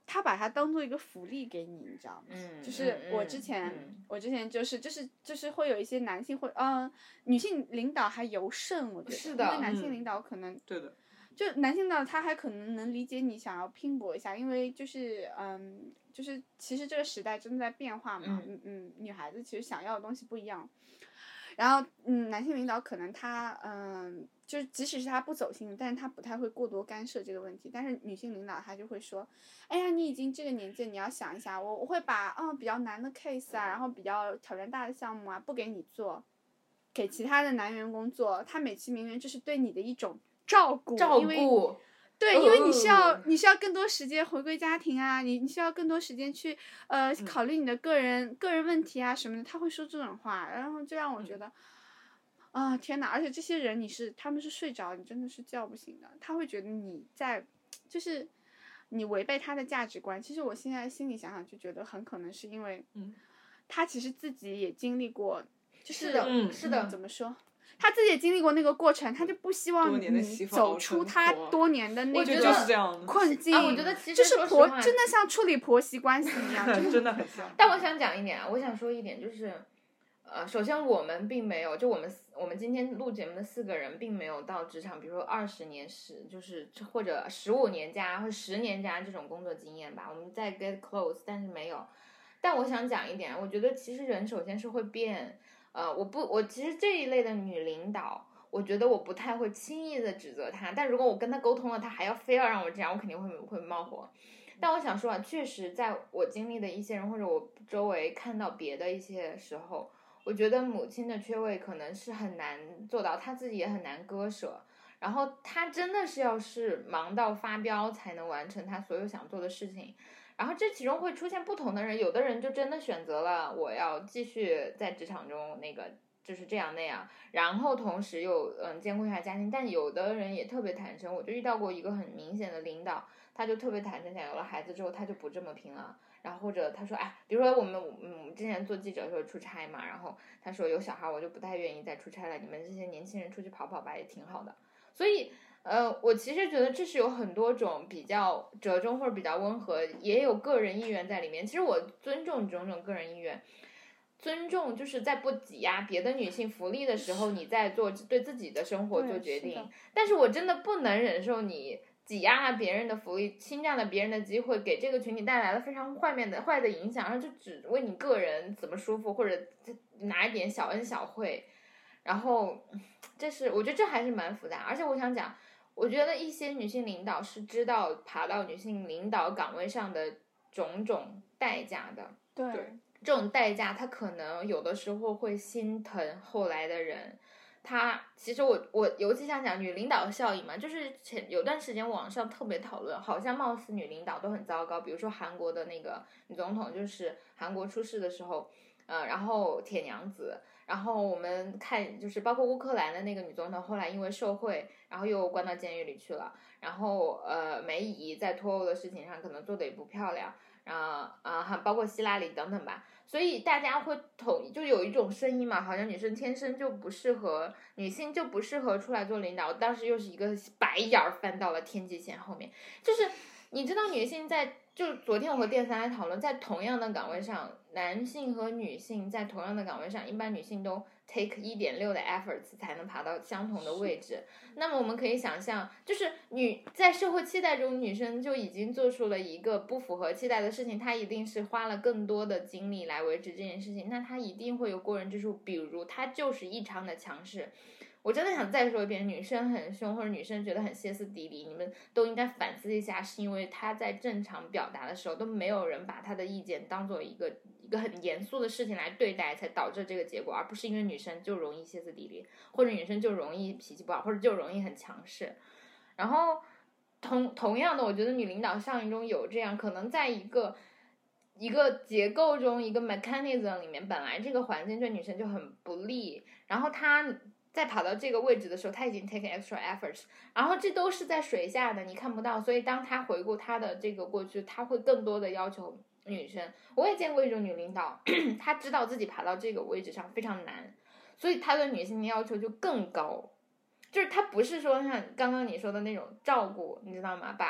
他把它当做一个福利给你，你知道吗？就是我之前就是会有一些男性女性领导还尤甚，我觉得是的， 因为男性领导可能对的， 就男性领导他还可能理解你想要拼搏一下，因为就是其实这个时代真的在变化嘛，女孩子其实想要的东西不一样。然后男性领导可能他就是即使是他不走心，但是他不太会过多干涉这个问题。但是女性领导他就会说，哎呀，你已经这个年纪，你要想一下，我会把比较难的 case 啊，然后比较挑战大的项目啊，不给你做，给其他的男员工做。他美其名曰这是对你的一种照顾。对，因为你需要更多时间回归家庭啊，你需要更多时间去考虑你的个人问题啊什么的，他会说这种话，然后就让我觉得天哪！而且这些人他们是睡着，你真的是叫不醒的。他会觉得你在就是你违背他的价值观。其实我现在心里想想就觉得很可能是因为他其实自己也经历过，就是是的， 怎么说？他自己也经历过那个过程，他就不希望你走出他多年的那个困境。 我觉得其实就是真的像处理婆媳关系一样， 真的很像。 但我想讲一点，我想说一点，就是首先我们并没有，就我们今天录节目的4个人并没有到职场，比如说20年就是或者15年加或者10年加这种工作经验吧，我们在 get close， 但是没有。但我想讲一点，我觉得其实人首先是会变。我其实这一类的女领导，我觉得我不太会轻易的指责她，但如果我跟她沟通了，她还要非要让我这样，我肯定会冒火。但我想说啊，确实在我经历的一些人或者我周围看到别的一些时候，我觉得母亲的缺位可能是很难做到，她自己也很难割舍，然后她真的是要是忙到发飙才能完成她所有想做的事情。然后这其中会出现不同的人，有的人就真的选择了我要继续在职场中那个就是这样那样，然后同时又兼顾一下家庭。但有的人也特别坦诚，我就遇到过一个很明显的领导，他就特别坦诚，讲有了孩子之后他就不这么拼了。然后或者他说比如说我们之前做记者的时候出差嘛，然后他说有小孩我就不太愿意再出差了，你们这些年轻人出去跑跑吧也挺好的。所以我其实觉得这是有很多种比较折中或者比较温和，也有个人意愿在里面。其实我尊重种种个人意愿，尊重就是在不挤压别的女性福利的时候，你在做对自己的生活做决定。但是我真的不能忍受你挤压了别人的福利，侵占了别人的机会，给这个群体带来了非常坏的影响，然后就只为你个人怎么舒服或者拿一点小恩小惠。然后我觉得这还是蛮复杂。而且我想讲，我觉得一些女性领导是知道爬到女性领导岗位上的种种代价的。 对， 这种代价她可能有的时候会心疼后来的人。其实我尤其想讲女领导效应嘛，就是有段时间网上特别讨论，好像貌似女领导都很糟糕。比如说韩国的那个女总统，就是韩国出事的时候然后铁娘子，然后我们看就是包括乌克兰的那个女总统，后来因为受贿，然后又关到监狱里去了。然后梅姨在脱欧的事情上可能做得也不漂亮，包括希拉里等等吧。所以大家会就有一种声音嘛，好像女生天生就不适合，女性就不适合出来做领导。当时又是一个白眼翻到了天际线后面，就是你知道女性就昨天我和电三来讨论，在同样的岗位上，男性和女性在同样的岗位上，一般女性都 take 1.6的 efforts 才能爬到相同的位置。那么我们可以想象，就是在社会期待中，女生就已经做出了一个不符合期待的事情，她一定是花了更多的精力来维持这件事情，那她一定会有过人之处，比如她就是异常的强势。我真的想再说一遍，女生很凶或者女生觉得很歇斯底里，你们都应该反思一下，是因为她在正常表达的时候都没有人把她的意见当做一个很严肃的事情来对待，才导致这个结果，而不是因为女生就容易歇斯底里，或者女生就容易脾气不好，或者就容易很强势。然后同样的，我觉得女领导效应中有这样，可能在一个结构中，一个 mechanism 里面，本来这个环境对女生就很不利，然后她在跑到这个位置的时候，他已经 take extra efforts， 然后这都是在水下的，你看不到，所以当他回顾他的这个过去，他会更多的要求女生。我也见过一种女领导，她知道自己爬到这个位置上非常难，所以她对女性的要求就更高，就是她不是说像刚刚你说的那种照顾，你知道吗？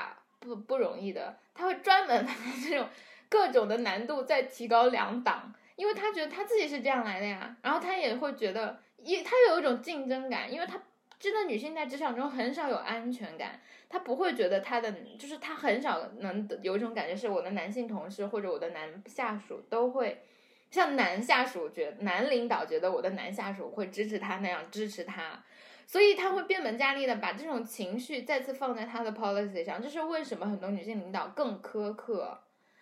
不容易的，他会专门把这种各种的难度再提高2档，因为他觉得他自己是这样来的呀，然后他也会觉得他有一种竞争感，因为他真的女性在职场中很少有安全感，她不会觉得就是她很少能有一种感觉是我的男性同事或者我的男下属都会像男领导觉得我的男下属会支持他那样支持他，所以他会变本加厉的把这种情绪再次放在他的 policy 上，这是为什么很多女性领导更苛刻。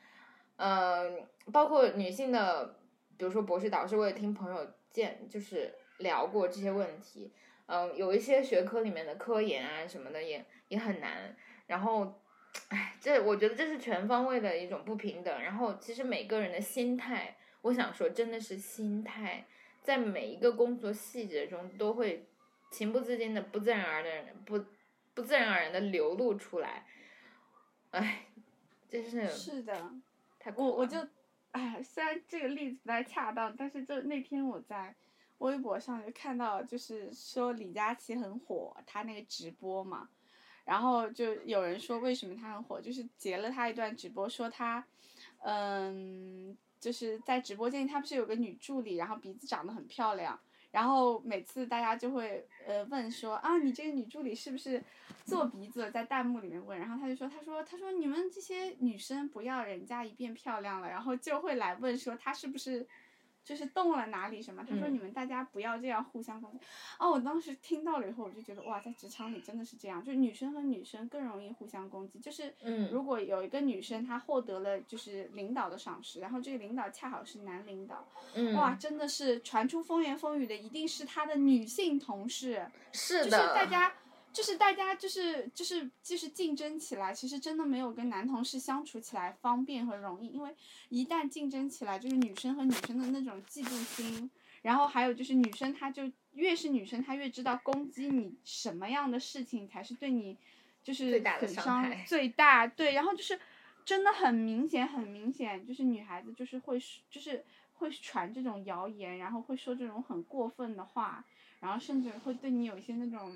包括女性的比如说博士导师，我也听朋友就是聊过这些问题。有一些学科里面的科研啊什么的也很难，然后我觉得这是全方位的一种不平等。然后其实每个人的心态，我想说真的是心态，在每一个工作细节中都会情不自禁的不自然而然的流露出来。真是的， 太苦了。 我就虽然这个例子不太恰当，但是就那天我在微博上就看到，就是说李佳琦很火，他那个直播嘛，然后就有人说为什么他很火，就是截了他一段直播，说他就是在直播间他不是有个女助理，然后鼻子长得很漂亮，然后每次大家就会问说啊，你这个女助理是不是做鼻子，在弹幕里面问，然后他说你们这些女生不要人家一变漂亮了，然后就会来问说她是不是就是动了哪里什么，他说你们大家不要这样互相攻击。我当时听到了以后，我就觉得哇，在职场里真的是这样，就是女生和女生更容易互相攻击。就是如果有一个女生她获得了就是领导的赏识，然后这个领导恰好是男领导，哇，真的是传出风言风语的一定是她的女性同事， 是的， 就是大家就是竞争起来，其实真的没有跟男同事相处起来方便和容易，因为一旦竞争起来，就是女生和女生的那种嫉妒心，然后还有就是女生她就越是女生，她越知道攻击你什么样的事情才是对你就是损伤最大，对，然后就是真的很明显，就是女孩子就是会传这种谣言，然后会说这种很过分的话，然后甚至会对你有一些那种。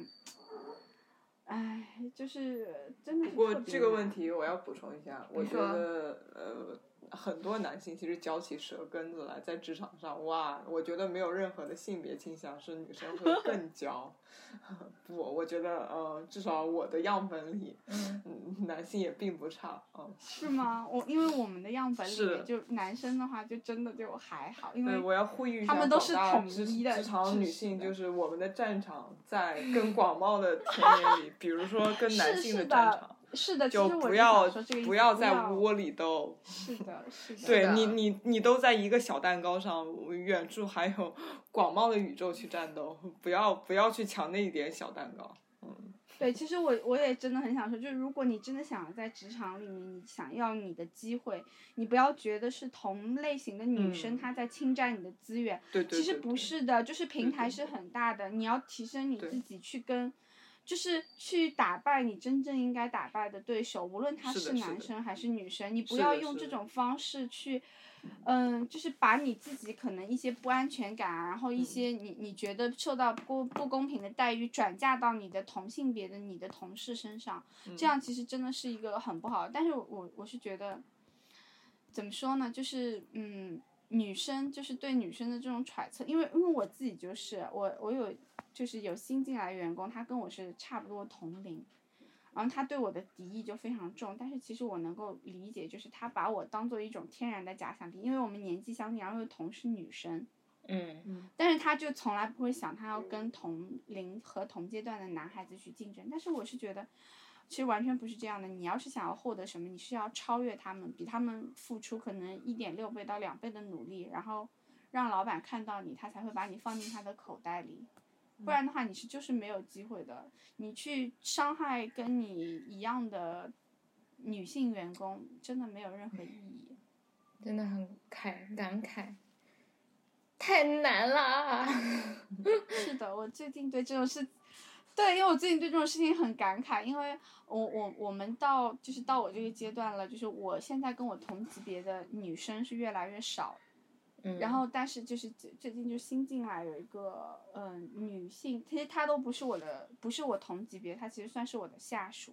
就是真的是。 不过这个问题我要补充一下，我觉得很多男性其实嚼起舌根子来，在职场上，哇，我觉得没有任何的性别倾向，是女生会更嚼。不，我觉得至少我的样本里，男性也并不差。 是吗？因为我们的样本里面就男生的话就真的就还好，因为我要呼吁一下他们都是统一的职场女性，就是我们的战场在更广袤的田野里，比如说跟男性的战场。 是的， 就不要在窝里斗。 是的。 对你都在一个小蛋糕上，远处还有广袤的宇宙去战斗，不要去抢那一点小蛋糕。 对，其实我也真的很想说，就是如果你真的想在职场里面，你想要你的机会，你不要觉得是同类型的女生她在侵占你的资源。 对， 其实不是的，就是平台是很大的，你要提升你自己去就是去打败你真正应该打败的对手，无论他是男生还是女生，你不要用这种方式去，就是把你自己可能一些不安全感然后一些你觉得受到不公平的待遇转嫁到你的同性别的你的同事身上，这样其实真的是一个很不好。但是我是觉得，怎么说呢，就是女生就是对女生的这种揣测，因为我自己就是我有新进来的员工，他跟我是差不多同龄，然后他对我的敌意就非常重，但是其实我能够理解，就是他把我当做一种天然的假想敌，因为我们年纪相近，然后又同是女生，但是他就从来不会想他要跟同龄和同阶段的男孩子去竞争，但是我是觉得其实完全不是这样的，你要是想要获得什么，你是要超越他们，比他们付出可能1.6倍到2倍的努力，然后让老板看到你，他才会把你放进他的口袋里，不然的话你就是没有机会的。你去伤害跟你一样的女性员工，真的没有任何意义。 真的很感慨，太难了。 是的，我最近对这种事。对，因为我最近对这种事情很感慨，因为我们到我这个阶段了，就是我现在跟我同级别的女生是越来越少，然后但是就是最近就新进来有一个女性，其实她都不是我同级别，她其实算是我的下属，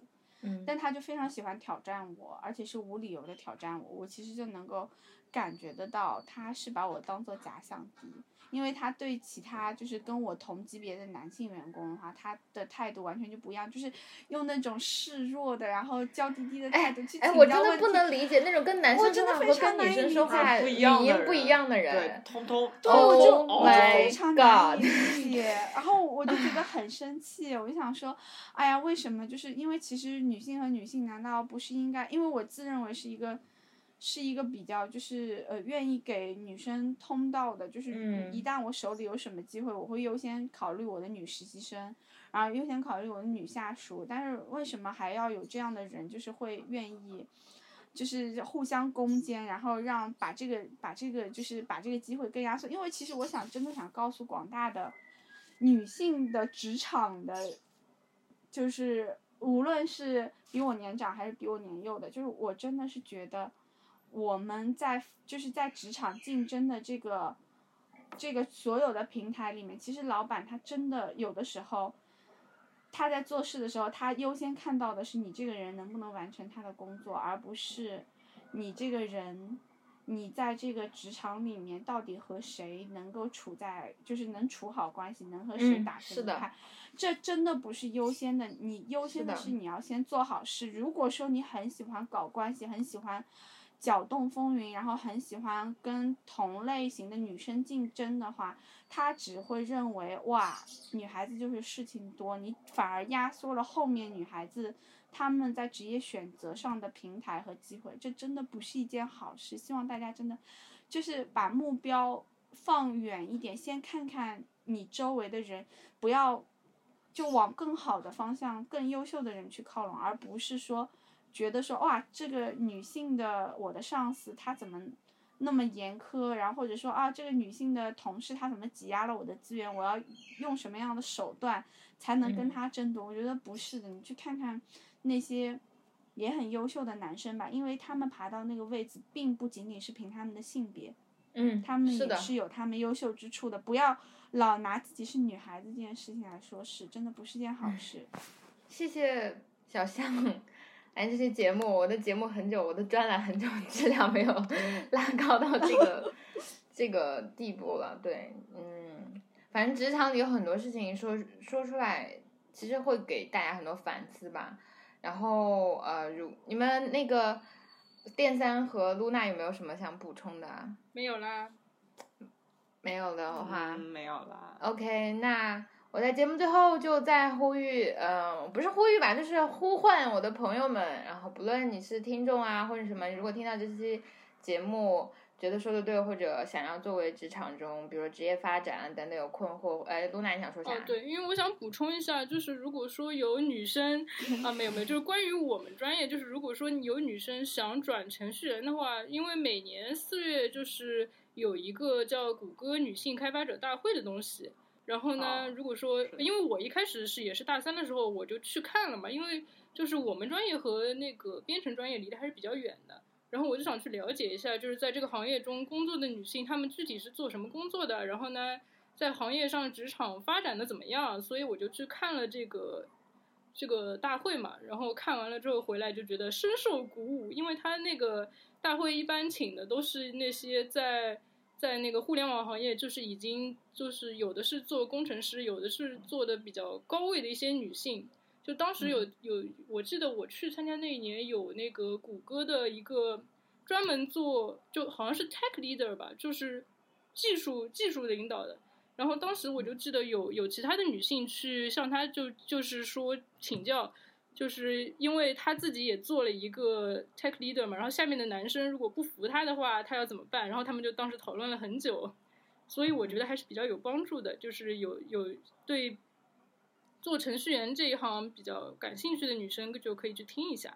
但他就非常喜欢挑战我，而且是无理由的挑战我，我其实就能够感觉得到他是把我当做假想敌。因为他对其他就是跟我同级别的男性员工的话，他的态度完全就不一样，就是用那种示弱的，然后娇滴滴的态度去请教问题。 我真的不能理解那种跟男生说话和跟女生说话语音不一样的人。 对，通通。 对，我就非常难以 God 理解，然后我就觉得很生气，我就想说，哎呀，为什么？就是因为其实女性和女性难道不是应该？因为我自认为是一个比较就是愿意给女生通道的，就是一旦我手里有什么机会，我会优先考虑我的女实习生，然后优先考虑我的女下属。但是为什么还要有这样的人，就是会愿意，就是互相攻坚，然后把这个机会更压缩？因为其实我真的想告诉广大的女性的职场的，就是无论是比我年长还是比我年幼的，就是我真的是觉得。我们在职场竞争的这个所有的平台里面，其实老板他真的有的时候，他在做事的时候，他优先看到的是你这个人能不能完成他的工作，而不是你这个人，你在这个职场里面到底和谁能够就是能处好关系，能和谁打成一片。这真的不是优先的，你优先的是你要先做好事。如果说你很喜欢搞关系，很喜欢搅动风云，然后很喜欢跟同类型的女生竞争的话，他只会认为哇，女孩子就是事情多，你反而压缩了后面女孩子她们在职业选择上的平台和机会，这真的不是一件好事。希望大家真的就是把目标放远一点，先看看你周围的人，不要就往更好的方向、更优秀的人去靠拢，而不是说觉得说哇，这个女性的我的上司她怎么那么严苛，然后或者说啊，这个女性的同事她怎么挤压了我的资源，我要用什么样的手段才能跟她争夺？我觉得不是的，你去看看那些也很优秀的男生吧，因为他们爬到那个位置，并不仅仅是凭他们的性别，他们也是有他们优秀之处的。不要老拿自己是女孩子这件事情来说事，真的不是件好事。 谢谢小象。这些节目，我的节目很久，我的专栏很久，质量没有拉高到这个地步了。对，反正职场里有很多事情说出来，其实会给大家很多反思吧。然后你们那个电三和露娜有没有什么想补充的啊？ 没有啦。 没有的话， 没有啦。 OK， 那我在节目最后就再呼吁，不是呼吁吧，就是呼唤我的朋友们，然后不论你是听众啊或者什么，如果听到这期节目觉得说的对，或者想要作为职场中，比如说职业发展等等有困惑，露娜你想说啥？ 对，因为我想补充一下，就是如果说有女生没有，就是关于我们专业，就是如果说有女生想转程序员的话，因为每年4月就是有一个叫谷歌女性开发者大会的东西。然后呢，如果说，因为我一开始也是大3的时候我就去看了嘛，因为就是我们专业和那个编程专业离得还是比较远的，然后我就想去了解一下，就是在这个行业中工作的女性，她们具体是做什么工作的，然后呢，在行业上职场发展的怎么样，所以我就去看了这个大会嘛，然后看完了之后回来就觉得深受鼓舞，因为他那个大会一般请的都是那些在那个互联网行业，就是已经就是有的是做工程师，有的是做的比较高位的一些女性。就当时有我记得我去参加那一年有那个谷歌的一个专门做，就好像是 tech leader 吧，就是技术领导的。然后当时我就记得有其他的女性去向他就是说请教。就是因为他自己也做了一个 tech leader 嘛，然后下面的男生如果不服他的话，他要怎么办？然后他们就当时讨论了很久，所以我觉得还是比较有帮助的。就是有对做程序员这一行比较感兴趣的女生就可以去听一下。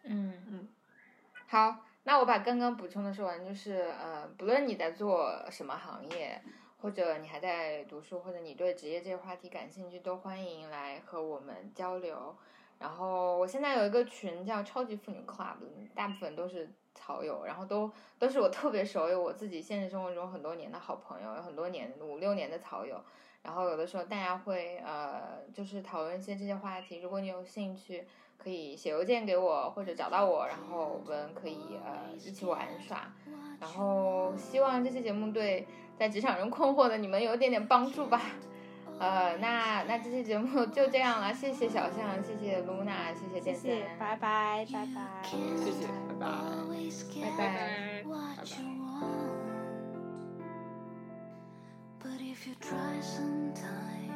好，那我把刚刚补充的说完，就是不论你在做什么行业，或者你还在读书，或者你对职业这些话题感兴趣，都欢迎来和我们交流。然后我现在有一个群叫超级妇女 club， 大部分都是草友，然后都是我特别熟，有我自己现实生活中很多年的好朋友，有很多年5-6年的草友。 然后有的时候大家会就是讨论一些这些话题，如果你有兴趣可以写邮件给我或者找到我，然后我们可以一起玩耍。然后希望这期节目对在职场中困惑的你们有一点点帮助吧。那这期节目就这样了，谢谢小象，谢谢露娜，谢谢电三， 谢谢，拜拜，拜拜， 谢谢，拜拜， 拜拜， 拜拜。 But if you try sometime